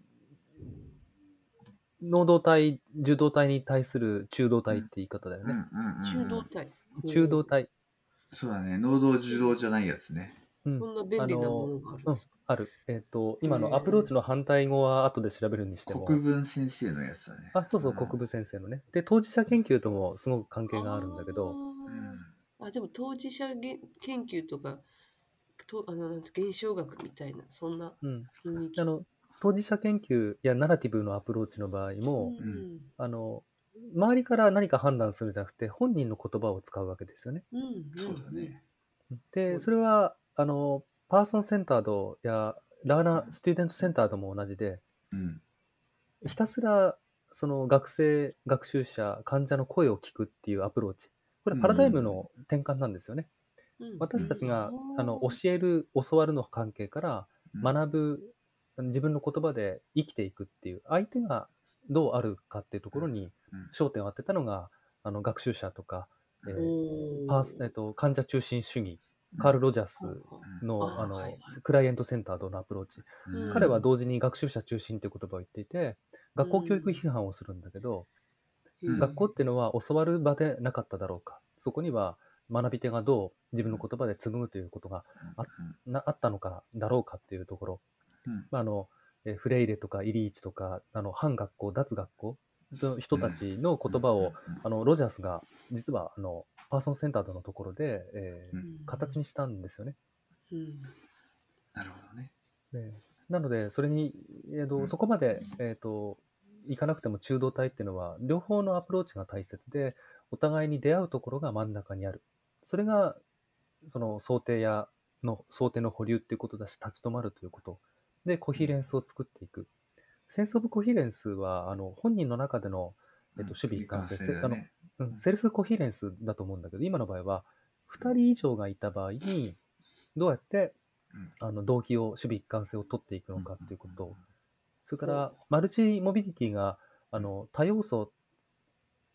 能動体、受動体に対する中動体って言い方だようんうんね。 うんうん。 中動体。 中動体。 そうだね。能動受動じゃないやつね。 うん。 そんな便あ利なもののがあるんー、うん、 ですか？ ある。えっと、 へ今のアプローえ。 チの反対語は後で調べるにしても、 国分先生のやつだね。 あ、そうそう、 ん国分先生のね。で、当事者研究ともすごく関係があるんだけど、 うんあーあ、でも当事者げ研究とか、とあのなんつ現象学みたいな、そんなうん。 雰囲気。 あの、当事者研究やナラティブのアプローチの場合も、 うんあの、周りから何か判断するんじゃなくて、本人の言葉を使うわけですよね。 うんうんそうだね。 で、 そうですそれは、あの、パーソンセンタードやラーナー、スチューデントセンタードも同じで、 うんひたすら、その学生、学習者、患者の声を聞くっていうアプローチ。これはパラダイムの転換なんですよね。 うん私たちが、 うんあの、教える、教わるの関係から、 うん学ぶ、自分の言葉で生きていくっていう、相手がどうあるかっていうところにうん焦点を当てたのが、あの、学習者とか、えーおパース、えっと、患者中心主義、 うんカール・ロジャースうんの、 ああの、 はいはいクライアントセンタードのアプローチ。 うん彼は同時に学習者中心っていう言葉を言っていて、学校教育うん批判をするんだけど、 うん学校っていうのは教わる場でなかっただろうか。そこには学び手がどう自分の言葉で紡ぐということがあなあったのかだろうかっていうところ。 うんまあ、あのえフレイレとかイリーチとかあの反学校、脱学校の人たちの言葉を、あのロジャースが実はあのパーソンセンタードのところで、えーうん形にしたんですよね。 うんなるほどね。 でなので、それに、えーとうんそこまで、えーと、いかなくても中道体っていうのは、両方のアプローチが大切で、お互いに出会うところが真ん中にある。それが、その想定やの、想定の保留っていうことだし、立ち止まるということ。で、コヒーレンスを作っていく。センスオブコヒーレンスは、あの、本人の中での、えっと、守備一貫性、せあのね。 うんセルフコヒーレンスだと思うんだけど、今の場合は、ふたり以上がいた場合に、どうやってうんあの動機を、守備一貫性を取っていくのかっていうこと、それかうんらマルチモビリティがあの多要素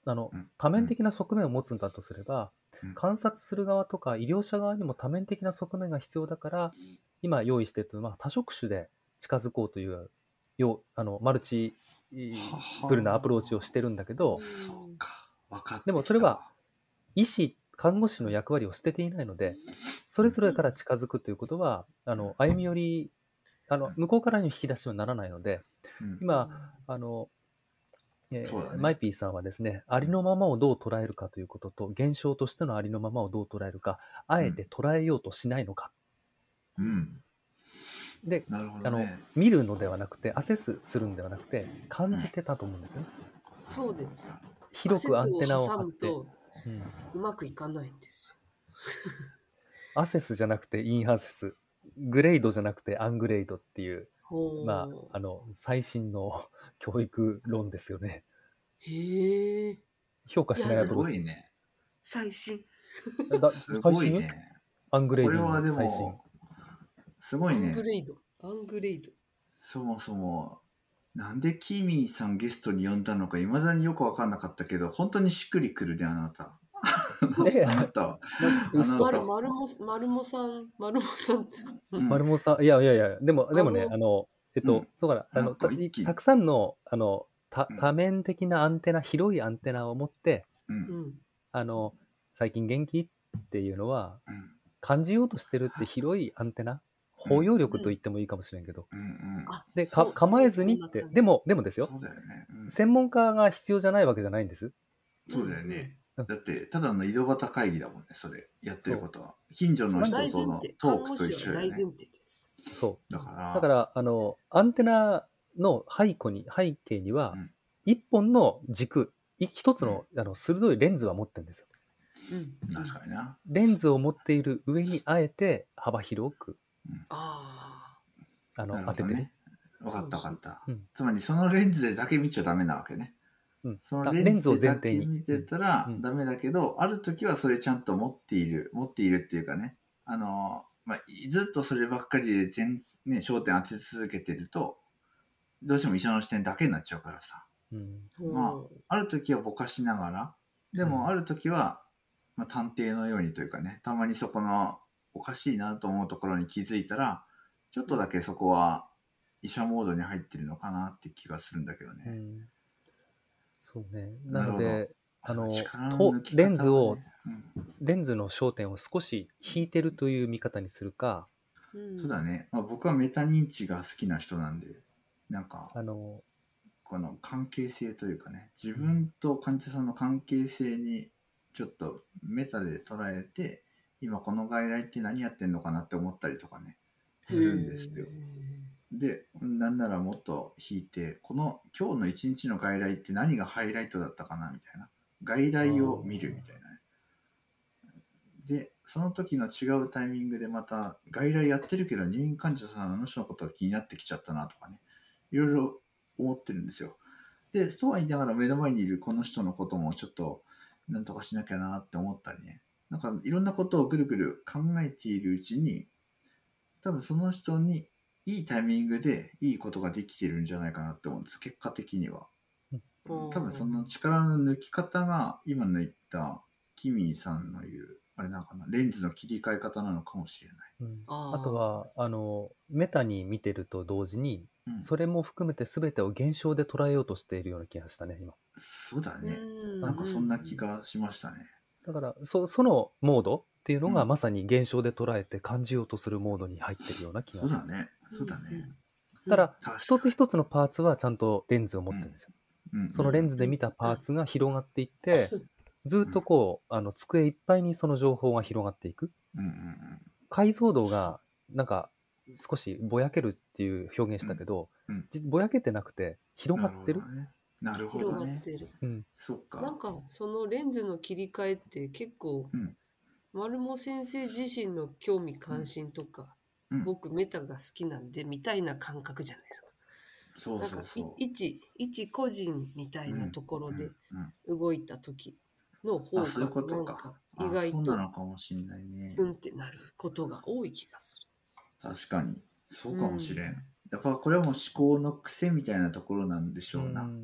あのうん多面的な側面を持つんだとすれば、 うん観察する側とか医療者側にも多面的な側面が必要だから、今用意しているのは多職種で近づこうというようあのマルチプルなアプローチをしてるんだけど、 そうか。分かってきたわ。 でもそれは医師、看護師の役割を捨てていないので、それぞれから近づくということは、あの歩み寄り、あの向こうからの引き出しはならないので、 うん今、あのえーそうだねマイピーさんはですね、ありのままをどう捉えるかということと、現象としてのありのままをどう捉えるか、あえて捉えようとしないのか。 うん。 で、 なるほあのどね。 見るのではなくて、アセスするんではなくて、感じてたと思うんですよね。 そうです。 広くアンテナを張アセスを挟って、 むとうん、 うまくいかないんですアセスじゃなくてインアセス、グレードじゃなくてアングレードっていう、 よ。ほう。 まあ、あの最新の教育論ですよね。 へえ。 評価しないアすプローチ。 ごいね。 最新。 だす最新よ。 ごいね。 アングレーディンこれはでグ最新。 も、すごアングいね。 レイド。アングレイド。 そもそも、なんでキミーさんゲストに呼んだのか、いまだによく分かんなかったけど、本当にしっくりくるね、あなた。 えあなたは。 な嘘あなたマルマルモマルモさん、マルモさん。 うん丸本さん、いやいやいや、でも、でもね、 あのあの、えっと、 うんそうから、あの、 なんかた一気にたくさんの、あの、たうん多面的なアンテナ、広いアンテナを持って、 うんうん。 あの、最近元気っていうのは、 うん感じようとしてるって広いアンテナ、包容力と言ってもいいかもしれんけど、 うんうんあで、かそう構えずにって、 そうそんな感じでも、でもですよ、 そうだよね。うん専門家が必要じゃないわけじゃないんです。 そうだよね。 うんだって、ただの井戸端会議だもんね、それ。やってることは。近所その人う大前との提。 トークと看護師一緒よね。 は大前提です。 そう。 だから、 だから、あの、アンテナの背後に、背景にはう、ん一本の軸、い一つの、あの鋭いレンズは持ってるんですよ。 うん。 確かにな。 レンズを持っている上にあえて幅広くああの、 なる当ててる。 ほどね。分かった分かったうん。 つまり、そのレンズでだけ見ちゃダメなわけね。 うん。 そのあレンズでだレンズを前提にけ見てたらうんうんダメだけど、ある時はそれちゃんと持っている、持っているっていうかね、あの、まあ、ずっとそればっかりで全、ね、焦点当て続けてると、どうしても医者の視点だけになっちゃうからさ。 うん。 あ。 まあ、ある時はぼかしながら、でもうんある時は、まあ、探偵のようにというかね、たまにそこのおかしいなと思うところに気づいたら、ちょっとだけそこは医者モードに入ってるのかなって気がするんだけどね。 うん。そうね。 なるほどなので、あの、 力のと抜き方はねレンズを、 うんレンズの焦点を少し引いてるという見方にするか、 うんそうだね、まあ、僕はメタ認知が好きな人なんで、なんかあの、 この関係性というかね、自分と患者さんの関係性にちょっとメタで捉えて、今この外来って何やってんのかなって思ったりとかね、するんですよ。で、なんならもっと引いて、この今日の一日の外来って何がハイライトだったかなみたいな。外来を見るみたいなね。で、その時の違うタイミングでまた外来やってるけど入院患者さんあの人のことが気になってきちゃったなとかね。いろいろ思ってるんですよ。で、そうは言いながら目の前にいるこの人のこともちょっとなんとかしなきゃなって思ったりね。なんかいろんなことをぐるぐる考えているうちに、多分その人にいいタイミングでいいことができてるんじゃないかなって思うんです。結果的には。 うん多分その力の抜き方が今の言ったキミーさんの言う、あれなんかな、レンズの切り替え方なのかもしれない。 うんあーあとは、あの、メタに見てると同時に、 うん、 それも含めて全てを現象で捉えようとしているような気がしたね、今。 そうだね。 うんなんかそんな気がしましたね。 だから、そそのモードっていうのがうんまさに現象で捉えて感じようとするモードに入ってるような気がする。 そうだね。そうだね。 ただ、 確かに一つ一つのパーツはちゃんとレンズを持ってるんですよ。 うん、 そのレンズで見たパーツが広がっていって、ずっとこう、あの、机いっぱいにその情報が広がっていく。 うんうん解像度が、なんか、少しぼやけるっていう表現したけど、 うんうんじぼやけてなくて、 うん。 広がってる。 なるほどね。なるほ広どね。 がってる。 うん。 そっか。 なんかそのレンズの切り替えって結構、 うん丸茂先生自身の興味関心とか、 うん、 僕メタが好きなんでみたいな感覚じゃないですか。 そうなんかそうそう。 い一一個人みたいなところでうんうん動いた時の方あ、そういうこがなんかとか。あ意外そうなとのかもしんないね。 スンってなることが多い気がす確かに。そうかもしれん。やっぱこれはもう思考の癖みたいなところなんでしうょうな。 ん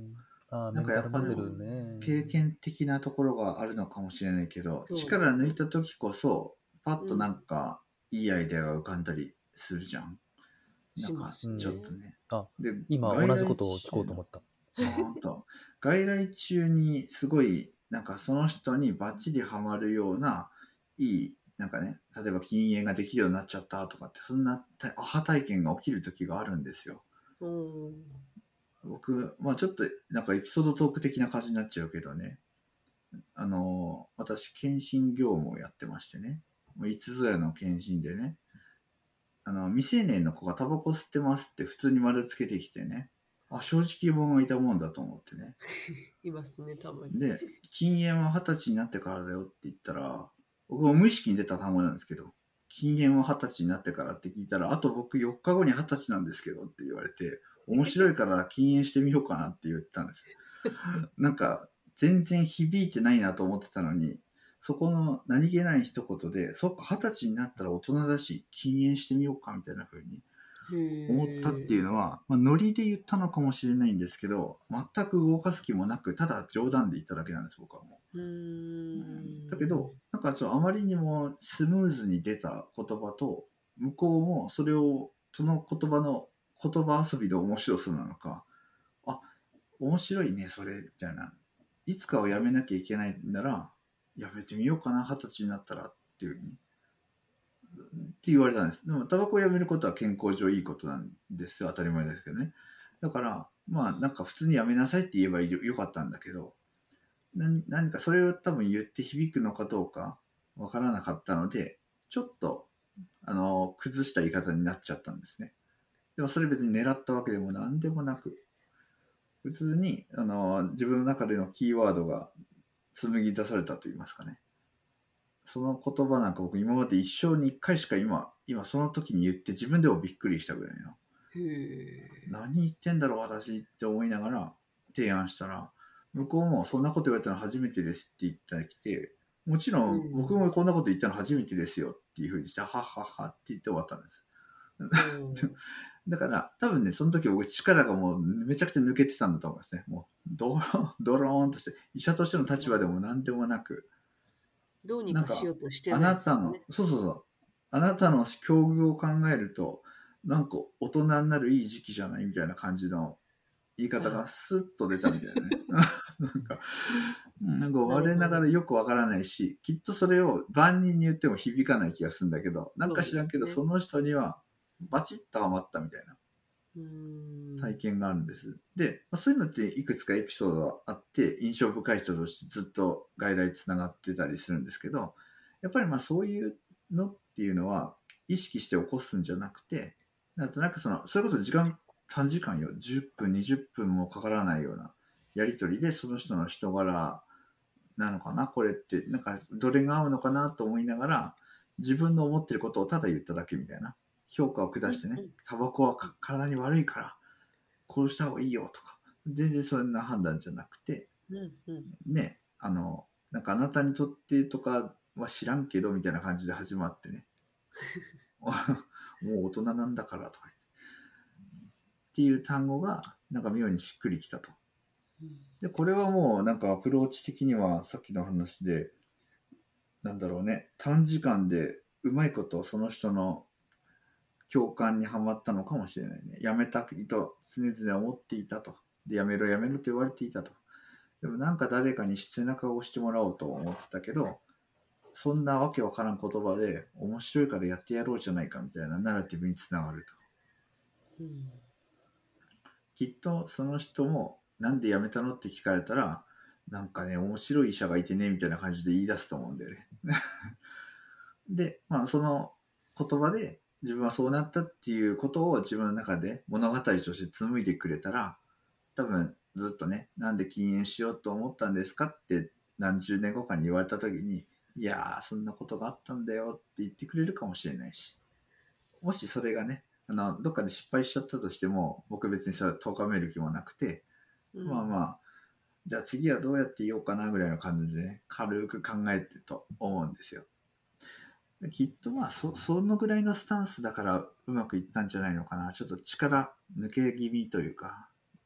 ああ、 なんかメンタルモデやっぱでもルね。 経験的なところがあるのかもしれないけど、 そうですね力抜いた時こそパッとうんなんかいいアイデアが浮かんだりするじゃん。なんかしますね。 ちょっとね。 あ、 で、 今外来同じことを聞こう中のと思った。 あ、本当。外来中にすごい、なんかその人にバッチリハマるような、いい、なんかね、例えば禁煙ができるようになっちゃったとかって、そんなたアハ体験が起きる時があるんですよ。 うん。 僕、まあちょっとなんかエピソードトーク的な感じになっちゃうけどね、あの、私、検診業務をやってましてね、もういつぞやの検診でね、あの、未成年の子がタバコ吸ってますって普通に丸つけてきてね、あ、正直者がいたもんだと思ってね。 いますね、たまに。 で、禁煙は二十歳になってからだよって言ったら、僕も無意識に出た単語なんですけど、禁煙は二十歳になってからって聞いたら、あと僕よっかごに二十歳なんですけどって言われて、面白いから禁煙してみようかなって言ったんです。なんか、全然響いてないなと思ってたのに、そこの何気ない一言で、そっか、二十歳になったら大人だし、禁煙してみようかみたいな風に思ったっていうのは、まあ、ノリで言ったのかもしれないんですけど、全く動かす気もなく、ただ冗談で言っただけなんです、僕はもうーう。 ん。 だけど、なんかちょっとあまりにもスムーズに出た言葉と、向こうもそれを、その言葉の言葉遊びで面白そうなのか、あ、面白いね、それ、みたいな。いつかはやめなきゃいけないなら、やめてみようかな、二十歳になったらっていうふうに。って言われたんです。でも、タバコをやめることは健康上いいことなんですよ。当たり前ですけどね。だから、まあ、なんか普通にやめなさいって言えばよよかったんだけど、何何かそれを多分言って響くのかどうかわからなかったので、ちょっと、あの、崩した言い方になっちゃったんですね。でもそれ別に狙ったわけでも何でもなく、普通に、あの、自分の中でのキーワードが紡ぎ出されたと言いますかね。その言葉なんか僕今まで一生に一回しか今、今その時に言って自分でもびっくりしたぐらいの。 へ何言ってんだろう私って思いながら提案したら、向こうもそんなこと言われたの初めてですって言ってきて、もちろん僕もこんなこと言ったの初めてですよっていうふうにして、はっはっはって言って終わったんです。だから多分ね、その時僕力がもうめちゃくちゃ抜けてたんだと思いますね。もうドローン、ドローンとして、医者としての立場でも何でもなく、 どうになんか、 かしようとしてあないなたの、 ですよね。 そうそうそう、あなたの境遇を考えると、なんか大人になるいい時期じゃないみたいな感じの言い方がスッと出たみたいなね。なんか、なんか我ながらよくわからないし、きっとそれを万人に言っても響かない気がするんだけど、なんか知らんけど、そ,、 そうですねの人にはバチッとハマったみたいなうーん体験があるんです。で、まあ、そういうのっていくつかエピソードがあって、印象深い人としてずっと外来つながってたりするんですけど、やっぱりまあそういうのっていうのは意識して起こすんじゃなくて、なんとなくその、それこそ時間、短時間よ、じゅっぷん、にじゅっぷんもかからないようなやりとりで、その人の人柄なのかな、これって、なんかどれが合うのかなと思いながら、自分の思ってることをただ言っただけみたいな、評価を下してね、タバコは体に悪いから、こうした方がいいよとか、全然そんな判断じゃなくて、 うんうんね、あの、なんかあなたにとってとかは知らんけどみたいな感じで始まってね、もう大人なんだからとかっていう単語がなんか妙にしっくりきたと。で、これはもうなんかアプローチ的にはさっきの話で、なんだろうね、短時間でうまいことその人の共感にはまったのかもしれないね。やめたいと常々思っていたと。で、やめろやめろと言われていたと。でもなんか誰かに背中を押してもらおうと思ってたけど、そんなわけわからん言葉で面白いからやってやろうじゃないかみたいなナラティブにつながると。 うんきっとその人もなんで辞めたのって聞かれたら、なんかね、面白い医者がいてねみたいな感じで言い出すと思うんだよね。で、まあその言葉で自分はそうなったっていうことを自分の中で物語として紡いでくれたら、多分ずっとね、なんで禁煙しようと思ったんですかって何十年後かに言われた時に、いやーそんなことがあったんだよって言ってくれるかもしれないし、もしそれがね、あのどっかで失敗しちゃったとしても、僕別にそれは咎める気もなくて、 うんまあまあ、じゃあ次はどうやって言おうかなぐらいの感じでね、軽く考えてると思うんですよ。きっとまあそ、そのぐらいのスタンスだからうまくいったんじゃないのかな。ちょっと力抜け気味というか、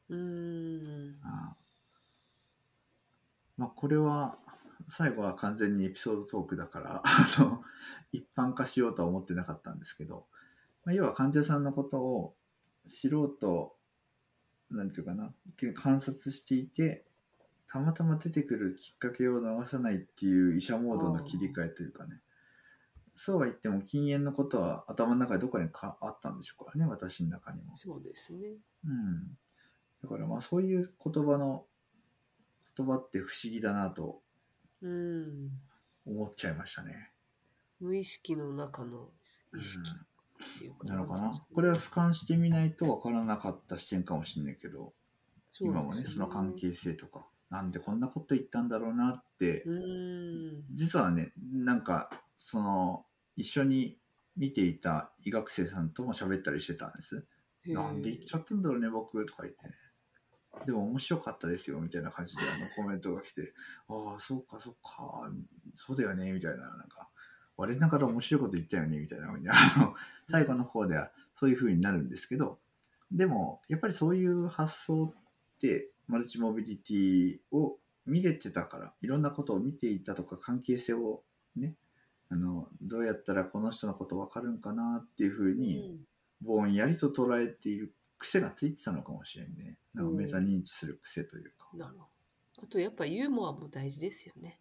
うーん。 あまあ、これは最後は完全にエピソードトークだからあの一般化しようとは思ってなかったんですけど、まあ、要は患者さんのことを素人なんていうかな観察していて、たまたま出てくるきっかけを逃さないっていう医者モードの切り替えというかね、そうは言っても禁煙のことは頭の中でどこにかあったんでしょうからね、私の中にも。 そうですね。 うん、だからまあそういう言葉の言葉って不思議だなとうん。 思っちゃいましたね。 無意識の中の意識っていうか、 うん、なのかな。 んていうんですかねこれは俯瞰してみないと分からなかった視点かもしれないけど、 そうですね今もねその関係性とかなんでこんなこと言ったんだろうなって、 うーん。 実はねなんかその一緒に見ていた医学生さんとも喋ったりしてたんです。 へーなんで言っちゃったんだろうね僕とか言ってね。でも面白かったですよみたいな感じであのコメントが来て、ああそうかそうかそうだよねみたいな、なんか我ながら面白いこと言ったよねみたいなふうにあの最後の方ではそういうふうになるんですけど、でもやっぱりそういう発想ってマルチモビリティを見れてたから、いろんなことを見ていたとか関係性をね、あのどうやったらこの人のこと分かるんかなっていうふうにぼんやりと捉えている癖がついてたのかもしれんね。なんかメタ認知する癖というか。 なるほど。あとやっぱユーモアも大事ですよね。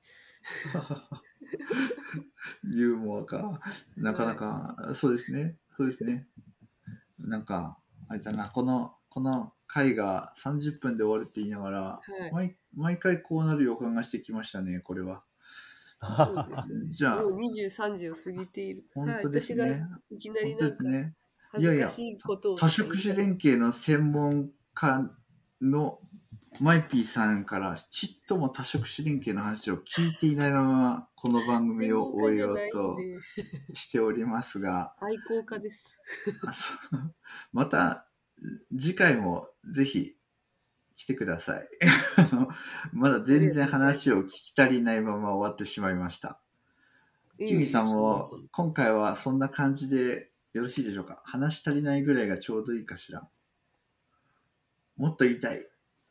ユーモアか。なかなか、そうですね。そうですね。なんか、あれだな、この、この回がさんじゅっぷんで終わるって言いながら、 はい。 毎毎回こうなる予感がしてきましたね、これは。 そうですね。 じゃあもうにじゅうさんじを過ぎている。 本当ですね。 はい、私がいきなり本当なんかですね。い恥ずかやいや、 しいことを多職種連携の専門家のマイピーさんからちっとも多職種連携の話を聞いていないままこの番組を終えようとしておりますが、 愛好家です。 あそうまた次回もぜひ来てください。あのまだ全然話を聞き足りないまま終わってしまいました。キミさんも今回はそんな感じでよろしいでしょうか。話し足りないぐらいがちょうどいいかしら。もっと言いたい。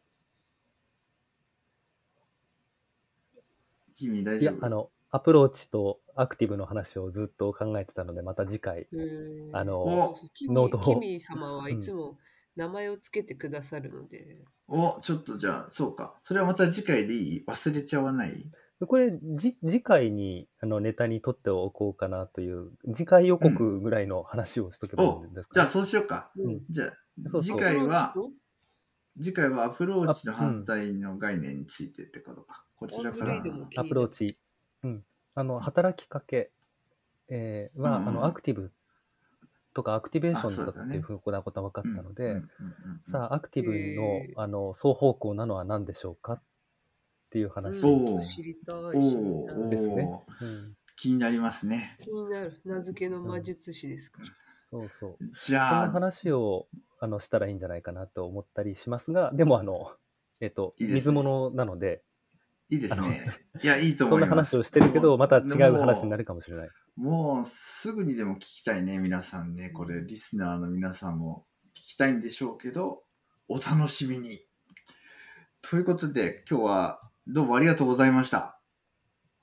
君大丈夫？ いや、あの、アプローチとアクティブの話をずっと考えてたので、また次回、あの、 おノートを。 キミ様はいつも名前をつけてくださるので。 うん、お、ちょっとじゃあ、そうか。それはまた次回でいい？忘れちゃわない？ これ、じ次回にあのネタに取っておこうかなという、次回予告ぐらいの話をしとけばいいんですか、ね、 じゃあそうしようか。 うん、 じゃあ、 そうそう次回は、次回はアプローチの反対の概念についてってことか。こちらから。 アプローチ。うん。あの、働きかけ、えー、は、うんうん、あの、アクティブとかアクティベーションとかっていうふうなことが分かったので、さあ、アクティブの、あの、双方向なのは何でしょうかっていう話を知りたい、知りたいですね、うん。気になりますね。 気になる。名付けの魔術師ですから。 うん、そうそう。 じゃあ、 そんな話をあのしたらいいんじゃないかなと思ったりしますが、でもあの、えっと、いいね、水物なので、 いいですね。いや、いいと思います。 そんな話をしてるけど、また違う話になるかもしれない。 もう、すぐにでも聞きたいね、皆さんね。これ、リスナーの皆さんも聞きたいんでしょうけど、お楽しみに。ということで、今日はどうもありがとうございました。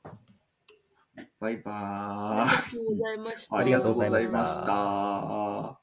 バイバーイ。 ありがとうございました。 ありがとうございました。